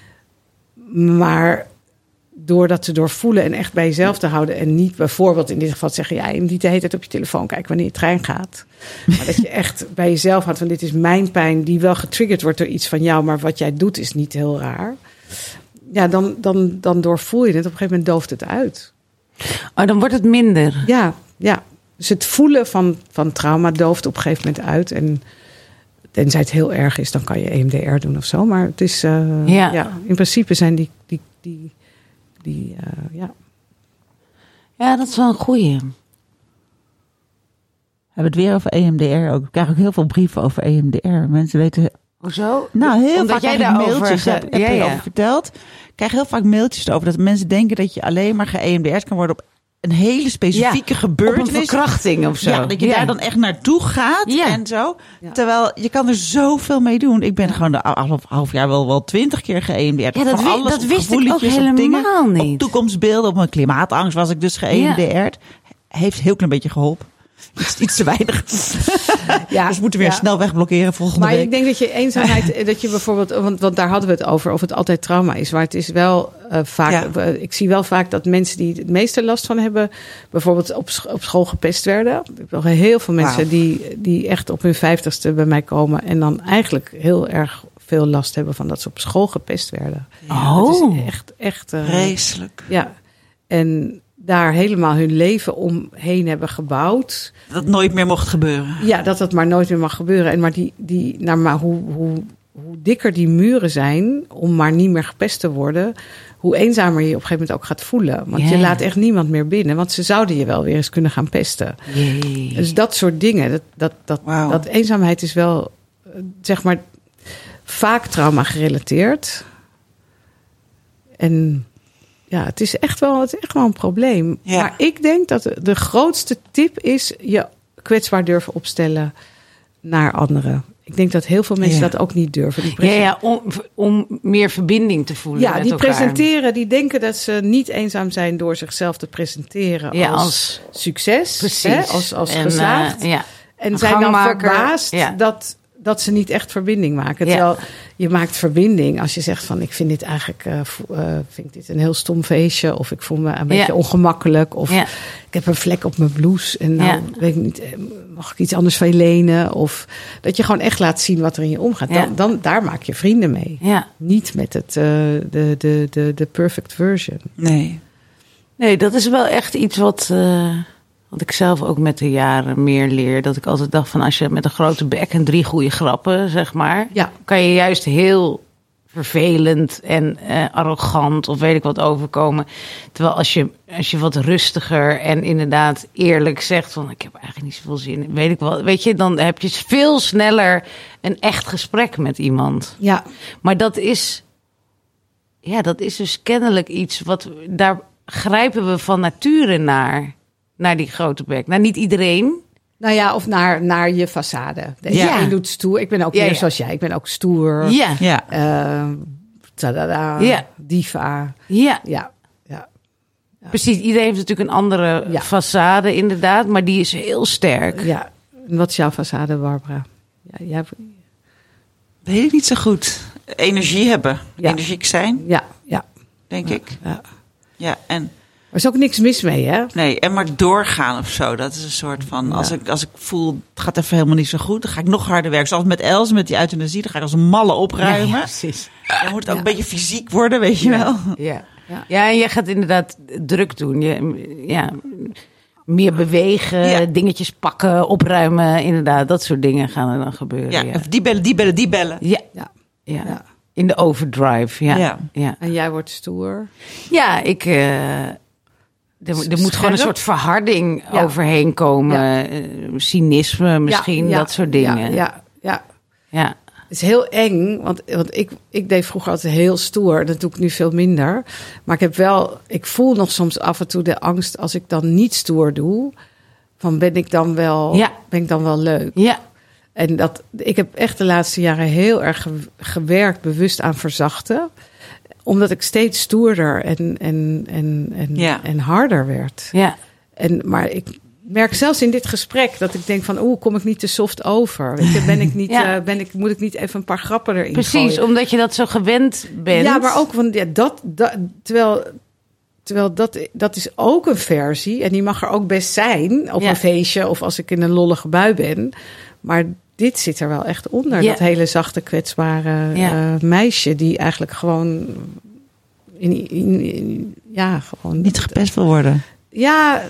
Maar door dat te doorvoelen en echt bij jezelf te houden en niet bijvoorbeeld in dit geval te zeggen, ja, je moet niet de hele tijd op je telefoon kijken wanneer je trein gaat. Maar dat je echt bij jezelf houdt van, dit is mijn pijn die wel getriggerd wordt door iets van jou, maar wat jij doet is niet heel raar. Ja, dan doorvoel je het. Op een gegeven moment dooft het uit. Oh, dan wordt het minder. Ja. Dus het voelen van trauma dooft op een gegeven moment uit. En tenzij het heel erg is, dan kan je EMDR doen of zo. Maar het is, in principe zijn die Ja, dat is wel een goeie. We hebben het weer over EMDR ook. Ik krijg ook heel veel brieven over EMDR. Mensen weten... Hoezo? Nou, heel Omdat vaak jij krijg ik daarover mailtjes. Heb je over verteld? Ik krijg heel vaak mailtjes over dat mensen denken dat je alleen maar ge-EMDR'd kan worden op een hele specifieke gebeurtenis. Op een verkrachting of zo. Ja, dat je daar dan echt naartoe gaat en zo. Ja. Terwijl je kan er zoveel mee doen. Ik ben gewoon de half jaar wel 20 keer ge-EMDR'd. Ja, dat wist ik ook helemaal helemaal niet. Op toekomstbeelden, op mijn klimaatangst was ik dus ge-EMDR'd. Heeft een heel klein beetje geholpen. Iets te weinig. Ja, dus moeten we weer snel wegblokkeren volgende week. Maar ik denk dat je eenzaamheid, dat je bijvoorbeeld, want daar hadden we het over, of het altijd trauma is. Maar het is wel vaak, ik zie wel vaak dat mensen die het meeste last van hebben, bijvoorbeeld op school gepest werden. Ik heb nog heel veel mensen die echt op hun 50ste bij mij komen en dan eigenlijk heel erg veel last hebben van dat ze op school gepest werden. Oh. Dat is echt vreselijk. Ja, en daar helemaal hun leven omheen hebben gebouwd. Dat het nooit meer mocht gebeuren. Ja, dat maar nooit meer mag gebeuren. En maar hoe dikker die muren zijn om maar niet meer gepest te worden, hoe eenzamer je op een gegeven moment ook gaat voelen. Want je laat echt niemand meer binnen. Want ze zouden je wel weer eens kunnen gaan pesten. Jee. Dus dat soort dingen. Dat eenzaamheid is wel, zeg maar, vaak trauma gerelateerd. En ja, het is echt wel een probleem. Ja. Maar ik denk dat de grootste tip is je kwetsbaar durven opstellen naar anderen. Ik denk dat heel veel mensen dat ook niet durven. Om meer verbinding te voelen met die elkaar. Presenteren, die denken dat ze niet eenzaam zijn door zichzelf te presenteren als succes. Precies. Als geslaagd. En zijn dan verbaasd dat ze niet echt verbinding maken. Terwijl je maakt verbinding als je zegt van, ik vind dit eigenlijk vind dit een heel stom feestje, of ik voel me een beetje ongemakkelijk, of ik heb een vlek op mijn blouse en weet ik niet, mag ik iets anders van je lenen, of dat je gewoon echt laat zien wat er in je omgaat. Dan daar maak je vrienden mee. Niet met het de perfect version. Nee, dat is wel echt iets wat ik zelf ook met de jaren meer leer. Dat ik altijd dacht van, als je met een grote bek en 3 goede grappen, zeg maar, kan je juist heel vervelend en arrogant of weet ik wat overkomen. Terwijl als je wat rustiger en inderdaad eerlijk zegt van, ik heb eigenlijk niet zoveel zin in, weet ik wel, weet je, dan heb je veel sneller een echt gesprek met iemand. Ja. Maar dat is dus kennelijk iets wat, daar grijpen we van nature naar die grote bek. Nou, niet iedereen. Nou ja, of naar je façade. Je doet stoer. Ik ben ook meer zoals jij. Ik ben ook stoer. Ja. Tadada. Ja. Diva. Ja. Ja. Precies. Iedereen heeft natuurlijk een andere façade inderdaad. Maar die is heel sterk. Ja. En wat is jouw façade, Barbara? Ja, jij... Weet ik niet zo goed. Energie hebben. Ja. Energiek zijn, Ja. denk ik. Ja, en... Er is ook niks mis mee, hè? Nee, en maar doorgaan of zo. Dat is een soort van... Als ik voel, het gaat even helemaal niet zo goed... dan ga ik nog harder werken. Zoals met Els, met die euthanasie. Dan ga ik als een malle opruimen. Ja, precies. Dan moet het ook een beetje fysiek worden, weet je wel. Ja, en je gaat inderdaad druk doen. Meer bewegen, dingetjes pakken, opruimen. Inderdaad, dat soort dingen gaan er dan gebeuren. Ja, even die bellen. Ja. In de overdrive, ja. En jij wordt stoer. Ja, er moet gewoon een soort verharding overheen komen. Cynisme misschien, dat soort dingen. Ja. Het is heel eng, want ik deed vroeger altijd heel stoer. Dat doe ik nu veel minder. Maar ik voel nog soms af en toe de angst als ik dan niet stoer doe. Van ben ik dan wel leuk? Ja. En ik heb echt de laatste jaren heel erg gewerkt bewust aan verzachten. Omdat ik steeds stoerder en harder werd. Ja. Maar ik merk zelfs in dit gesprek dat ik denk van... kom ik niet te soft over? Weet je, moet ik niet even een paar grappen erin Precies, gooien? omdat je dat zo gewend bent. Ja, maar ook van terwijl dat is ook een versie. En die mag er ook best zijn op een feestje... of als ik in een lollige bui ben. Maar dit zit er wel echt onder. Dat hele zachte, kwetsbare meisje... die eigenlijk gewoon... gewoon niet gepest wil worden. Ja,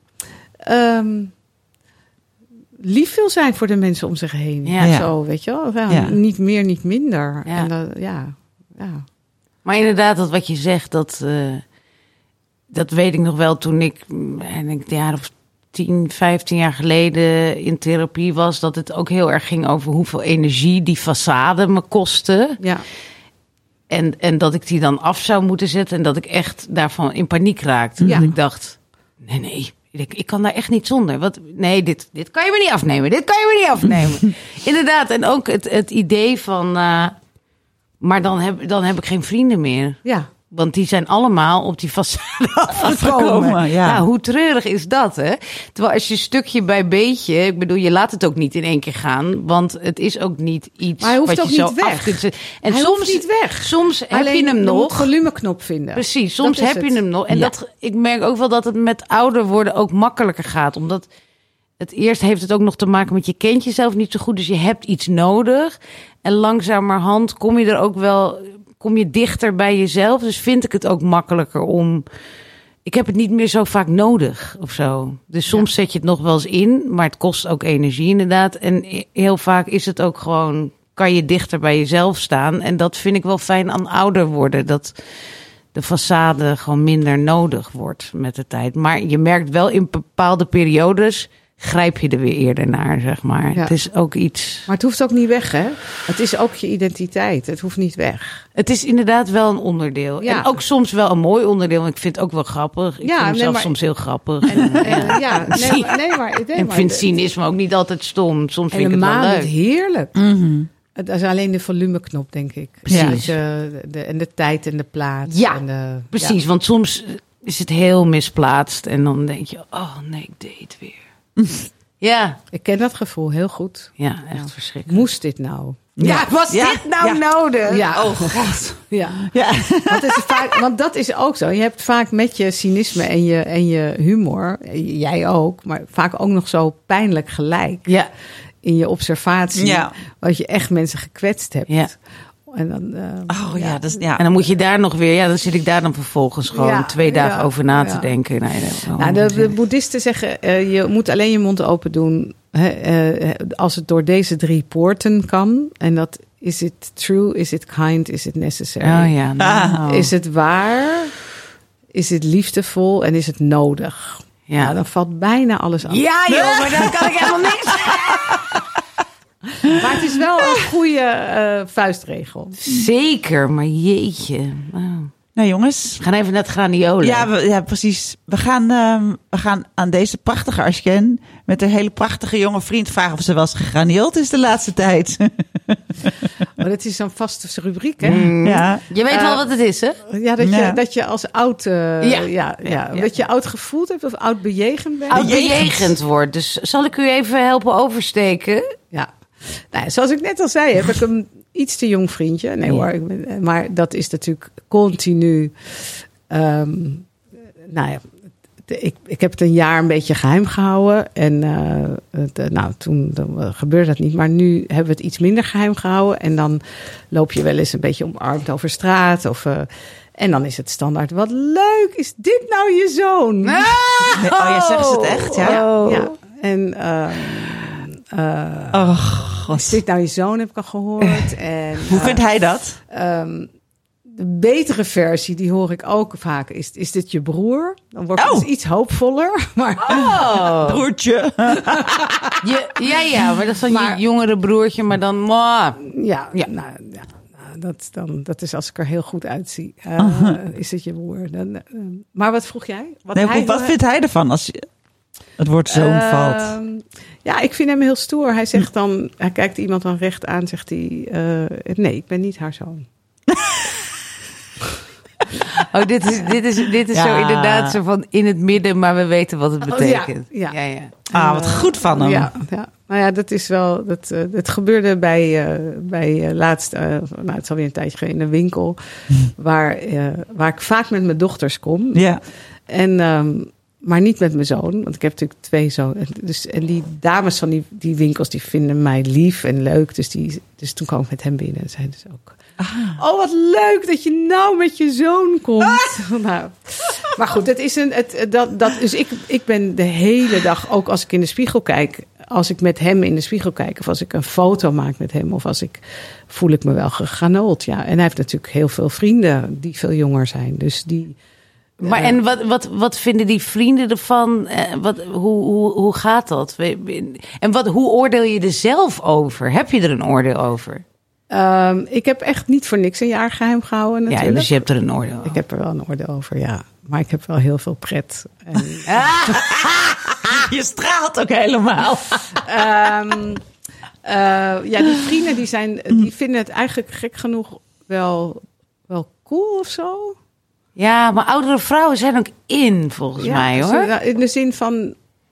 lief wil zijn voor de mensen om zich heen. Ja. Zo, weet je wel. Ja. Niet meer, niet minder. Ja. En Maar inderdaad, dat wat je zegt, dat weet ik nog wel toen ik een jaar of 10, 15 jaar geleden in therapie was. Dat het ook heel erg ging over hoeveel energie die façade me kostte. Ja. En dat ik die dan af zou moeten zetten. En dat ik echt daarvan in paniek raakte. Ja. Dat ik dacht, nee. Ik kan daar echt niet zonder. Nee, dit kan je me niet afnemen. Dit kan je me niet afnemen. Inderdaad. En ook het idee van... maar dan heb ik geen vrienden meer. Ja. Want die zijn allemaal op die façade afgekomen. Ja, hoe treurig is dat, hè? Terwijl als je stukje bij beetje... Ik bedoel, je laat het ook niet in één keer gaan. Want het is ook niet iets maar hij hoeft wat ook je zo niet weg. af kunt zetten. En hij soms hoeft niet weg. Soms heb Alleen, je hem je nog. moet volumeknop vinden. Precies, soms Dat is heb je het. hem nog. En ik merk ook wel dat het met ouder worden ook makkelijker gaat. Omdat het eerst heeft het ook nog te maken met je kent jezelf niet zo goed. Dus je hebt iets nodig. En langzamerhand kom je er ook wel... Kom je dichter bij jezelf. Dus vind ik het ook makkelijker om... Ik heb het niet meer zo vaak nodig of zo. Dus soms zet je het nog wel eens in. Maar het kost ook energie inderdaad. En heel vaak is het ook gewoon... Kan je dichter bij jezelf staan. En dat vind ik wel fijn aan ouder worden. Dat de façade gewoon minder nodig wordt met de tijd. Maar je merkt wel in bepaalde periodes... grijp je er weer eerder naar, zeg maar. Ja. Het is ook iets... Maar het hoeft ook niet weg, hè? Het is ook je identiteit. Het hoeft niet weg. Het is inderdaad wel een onderdeel. Ja. En ook soms wel een mooi onderdeel. Want ik vind het ook wel grappig. Ik vind hem zelfs soms heel grappig. Ik vind cynisme ook niet altijd stom. Soms vind ik het wel leuk. Heerlijk. Mm-hmm. Het is alleen de volumeknop, denk ik. Precies. En de tijd en de plaats. Ja, en precies. Want soms is het heel misplaatst. En dan denk je, oh nee, ik deed het weer. Ja. Ik ken dat gevoel heel goed. Ja, echt verschrikkelijk. Moest dit nou? Ja, was dit nou nodig? Ja. Oh god. Ja. Ja. Want dat is ook zo. Je hebt vaak met je cynisme en je humor, jij ook, maar vaak ook nog zo pijnlijk gelijk. Ja. In je observatie, Ja. wat je echt mensen gekwetst hebt. Ja. En dan, En dan moet je daar nog weer... dan zit ik daar dan vervolgens gewoon 2 dagen over na te denken. De boeddhisten zeggen, je moet alleen je mond open doen als het door deze 3 poorten kan. En dat is it true, is it kind, is it necessary. Oh ja. Nou. Is het waar, is het liefdevol en is het nodig. Ja. Nou, dan valt bijna alles af. Ja joh, maar dan kan ik helemaal niks. Maar het is wel een goede vuistregel. Zeker, maar jeetje. Wow. Nou jongens. We gaan even naar het graniolen. Ja, precies. We gaan aan deze prachtige Ashken met een hele prachtige jonge vriend vragen of ze wel eens gegraniold is de laatste tijd. Maar dat is zo'n vaste rubriek, hè? Ja. Je weet wel wat het is, hè? Ja, dat je als oud... dat je oud gevoeld hebt of oud bejegend bent. Oud bejegend wordt. Dus zal ik u even helpen oversteken? Ja. Nou, zoals ik net al zei, heb ik een iets te jong vriendje. Nee hoor, maar dat is natuurlijk continu... Ik heb het een jaar een beetje geheim gehouden. En toen gebeurde dat niet. Maar nu hebben we het iets minder geheim gehouden. En dan loop je wel eens een beetje omarmd over straat. En dan is het standaard, wat leuk, is dit nou je zoon? Nee, jij zegt het echt, ja? Ja. En... is dit nou je zoon, heb ik al gehoord. En, hoe vindt hij dat? De betere versie, die hoor ik ook vaak, is dit je broer? Dan wordt het dus iets hoopvoller. Maar... Broertje. Ja, maar dat is dan je jongere broertje, maar dan... Dat is als ik er heel goed uitzie. Is het je broer? Maar wat vroeg jij? Wat vindt hij ervan als je... Het woord zoon valt. Ja, ik vind hem heel stoer. Hij zegt dan, hij kijkt iemand dan recht aan, zegt hij, nee, ik ben niet haar zoon. Dit is zo inderdaad zo van in het midden, maar we weten wat het betekent. Ja. Wat goed van hem. Ja. Nou ja, dat is wel, het gebeurde bij laatst, het is alweer een tijdje geleden, in een winkel, waar ik vaak met mijn dochters kom. Ja. En... maar niet met mijn zoon, want ik heb natuurlijk 2 zonen. En die dames van die winkels, die vinden mij lief en leuk. Dus toen kwam ik met hem binnen en zeiden ze ook... Oh, wat leuk dat je nou met je zoon komt. Nou, maar goed, het is dus ik ben de hele dag, ook als ik in de spiegel kijk... als ik met hem in de spiegel kijk... of als ik een foto maak met hem... of voel ik me wel gegranold, ja. En hij heeft natuurlijk heel veel vrienden die veel jonger zijn. Dus die... Maar en wat vinden die vrienden ervan? Hoe gaat dat? En hoe oordeel je er zelf over? Heb je er een oordeel over? Ik heb echt niet voor niks een jaar geheim gehouden natuurlijk. Ja, dus je hebt er een oordeel over. Ik heb er wel een oordeel over, ja. Maar ik heb wel heel veel pret. En... Je straalt ook helemaal. Die vrienden die vinden het eigenlijk gek genoeg wel cool of zo. Ja, maar oudere vrouwen zijn ook in, volgens mij, hoor. In de zin van...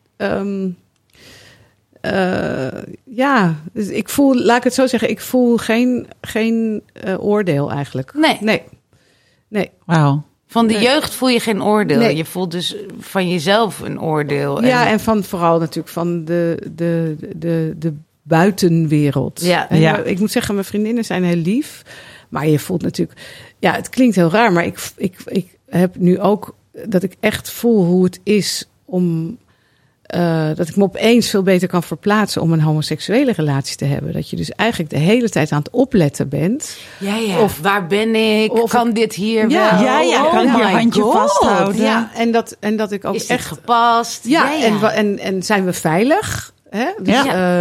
dus ik voel, laat ik het zo zeggen... ik voel geen oordeel eigenlijk. Nee. Wauw. Van de jeugd voel je geen oordeel. Nee. Je voelt dus van jezelf een oordeel. Ja, en van vooral natuurlijk van de buitenwereld. Ja. Ik moet zeggen, mijn vriendinnen zijn heel lief... Maar je voelt natuurlijk... Ja, het klinkt heel raar, maar ik heb nu ook... dat ik echt voel hoe het is om... dat ik me opeens veel beter kan verplaatsen... om een homoseksuele relatie te hebben. Dat je dus eigenlijk de hele tijd aan het opletten bent. Ja. Of waar ben ik? Of kan dit hier wel? Ja, kan je handje vasthouden. Ja, en dat ik ook is echt... gepast? Ja. En zijn we veilig? Hè? Dus,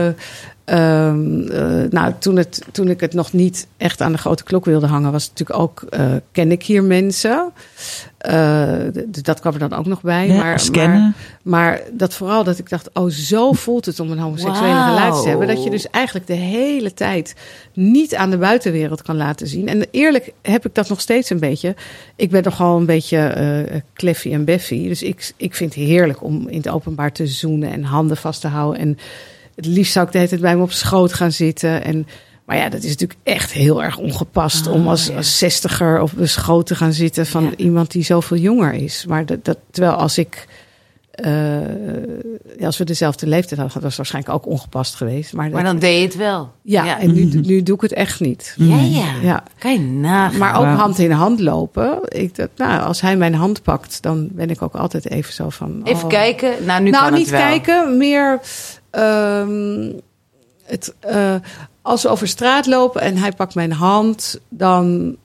toen ik het nog niet echt aan de grote klok wilde hangen, was het natuurlijk ook, ken ik hier mensen? Dat kwam er dan ook nog bij. Ja, maar dat vooral dat ik dacht, zo voelt het om een homoseksuele relatie te hebben. Dat je dus eigenlijk de hele tijd niet aan de buitenwereld kan laten zien. En eerlijk heb ik dat nog steeds een beetje. Ik ben nogal een beetje kleffie en beffie. Dus ik vind het heerlijk om in het openbaar te zoenen en handen vast te houden. En het liefst zou ik de hele tijd bij me op schoot gaan zitten. Maar ja, dat is natuurlijk echt heel erg ongepast om als 60er op de schoot te gaan zitten van iemand die zoveel jonger is. Maar terwijl als we dezelfde leeftijd hadden, was het waarschijnlijk ook ongepast geweest. Maar dan deed je het wel. Ja, en nu doe ik het echt niet. Ja. Kan je nagaan. Maar ook hand in hand lopen. Als hij mijn hand pakt, dan ben ik ook altijd even zo van... Even kijken. Nou, nu kan niet het wel. Kijken, meer... als we over straat lopen en hij pakt mijn hand, dan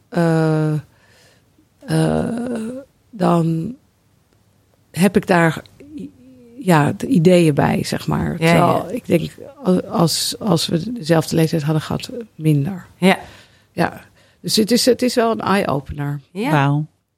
heb ik daar de ideeën bij, zeg maar. Terwijl ik denk, als we dezelfde leeftijd hadden gehad, minder. Ja. Ja. Dus het is wel een eye-opener. Ja. Wauw.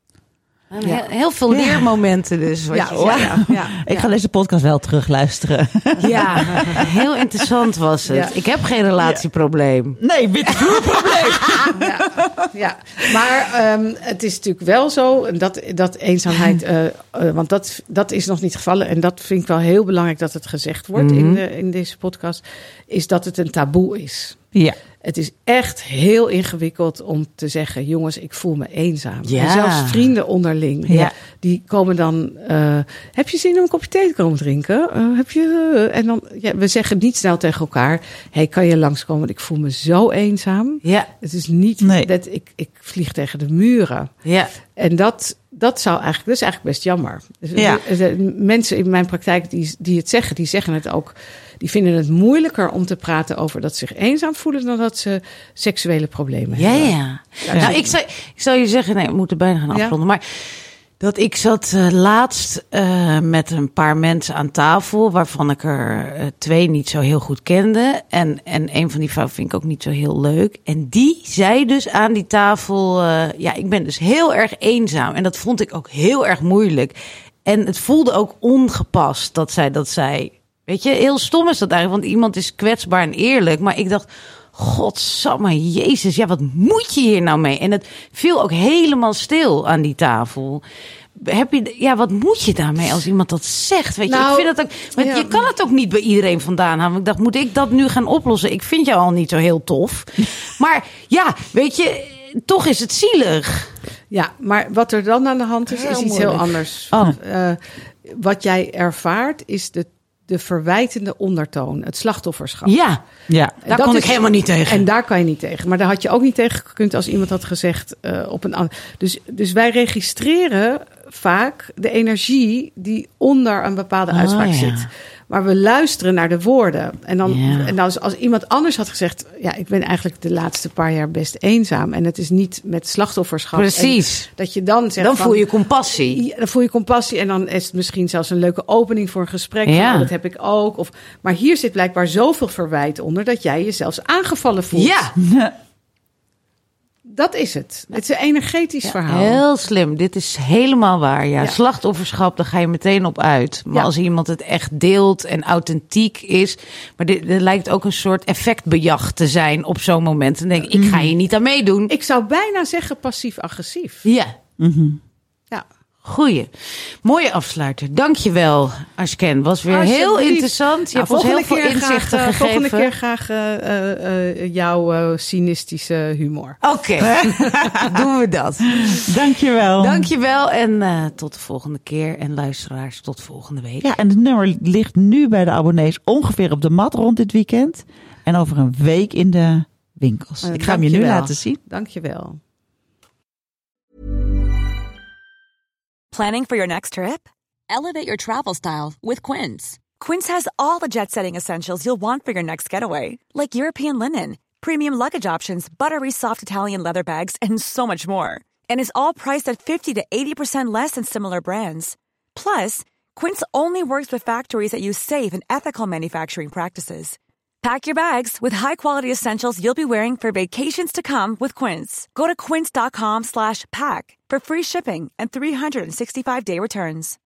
Heel veel leermomenten dus. Ik ga deze podcast wel terugluisteren. Ja, heel interessant was het. Ja. Ik heb geen relatieprobleem. Nee, witte vloerprobleem. Ja. Maar het is natuurlijk wel zo dat eenzaamheid, want dat is nog niet gevallen. En dat vind ik wel heel belangrijk dat het gezegd wordt in deze podcast, is dat het een taboe is. Ja. Het is echt heel ingewikkeld om te zeggen, jongens, ik voel me eenzaam. Ja. En zelfs vrienden onderling, die komen dan, heb je zin om een kopje thee te komen drinken? En dan, we zeggen niet snel tegen elkaar, hey, kan je langskomen? Want ik voel me zo eenzaam. Ja. Het is niet dat ik vlieg tegen de muren. Ja. En dat is eigenlijk best jammer. Dus de mensen in mijn praktijk die het zeggen, die zeggen het ook. Die vinden het moeilijker om te praten over dat ze zich eenzaam voelen dan dat ze seksuele problemen hebben. Ja. Nou, ik zou je zeggen, nee, we moeten bijna gaan afronden. Maar dat ik zat laatst met een paar mensen aan tafel, waarvan ik er 2 niet zo heel goed kende. En een van die vrouwen vind ik ook niet zo heel leuk. En die zei dus aan die tafel, ik ben dus heel erg eenzaam. En dat vond ik ook heel erg moeilijk. En het voelde ook ongepast dat zij dat zei. Weet je, heel stom is dat eigenlijk, want iemand is kwetsbaar en eerlijk. Maar ik dacht, godsamme, Jezus, wat moet je hier nou mee? En het viel ook helemaal stil aan die tafel. Wat moet je daarmee als iemand dat zegt? Weet je, ik vind dat ook. Want je kan het ook niet bij iedereen vandaan halen. Ik dacht, moet ik dat nu gaan oplossen? Ik vind jou al niet zo heel tof. Maar weet je, toch is het zielig. Ja, maar wat er dan aan de hand is iets heel anders. Wat jij ervaart is de verwijtende ondertoon, het slachtofferschap. Ja. Daar kon ik helemaal niet tegen. En daar kan je niet tegen. Maar daar had je ook niet tegen gekund als iemand had gezegd op een ander. Dus wij registreren vaak de energie die onder een bepaalde uitspraak zit. Maar we luisteren naar de woorden. En dan als iemand anders had gezegd, ik ben eigenlijk de laatste paar jaar best eenzaam. En het is niet met slachtofferschap. Precies. En dat je dan zegt, dan voel je compassie. Dan voel je compassie. En dan is het misschien zelfs een leuke opening voor een gesprek. Ja. Dat heb ik ook. Maar hier zit blijkbaar zoveel verwijt onder dat jij je zelfs aangevallen voelt. Ja. Dat is het. Het is een energetisch verhaal. Heel slim. Dit is helemaal waar. Ja. Slachtofferschap, daar ga je meteen op uit. Maar als iemand het echt deelt en authentiek is. Maar er lijkt ook een soort effectbejag te zijn op zo'n moment. Dan denk ik ga hier niet aan meedoen. Ik zou bijna zeggen passief-agressief. Ja. Ja. Goeie. Mooie afsluiter. Dankjewel, Ashken. Was weer heel interessant. Je hebt ons heel veel inzichten gegeven. Volgende keer graag jouw cynistische humor. Oké, doen we dat. Dankjewel en tot de volgende keer. En luisteraars, tot volgende week. Ja, en het nummer ligt nu bij de abonnees ongeveer op de mat rond dit weekend. En over een week in de winkels. Ik ga hem je nu laten zien. Dankjewel. Planning for your next trip? Elevate your travel style with Quince. Quince has all the jet-setting essentials you'll want for your next getaway, like European linen, premium luggage options, buttery soft Italian leather bags, and so much more. And is all priced at 50 to 80% less than similar brands. Plus, Quince only works with factories that use safe and ethical manufacturing practices. Pack your bags with high-quality essentials you'll be wearing for vacations to come with Quince. Go to quince.com/pack for free shipping and 365-day returns.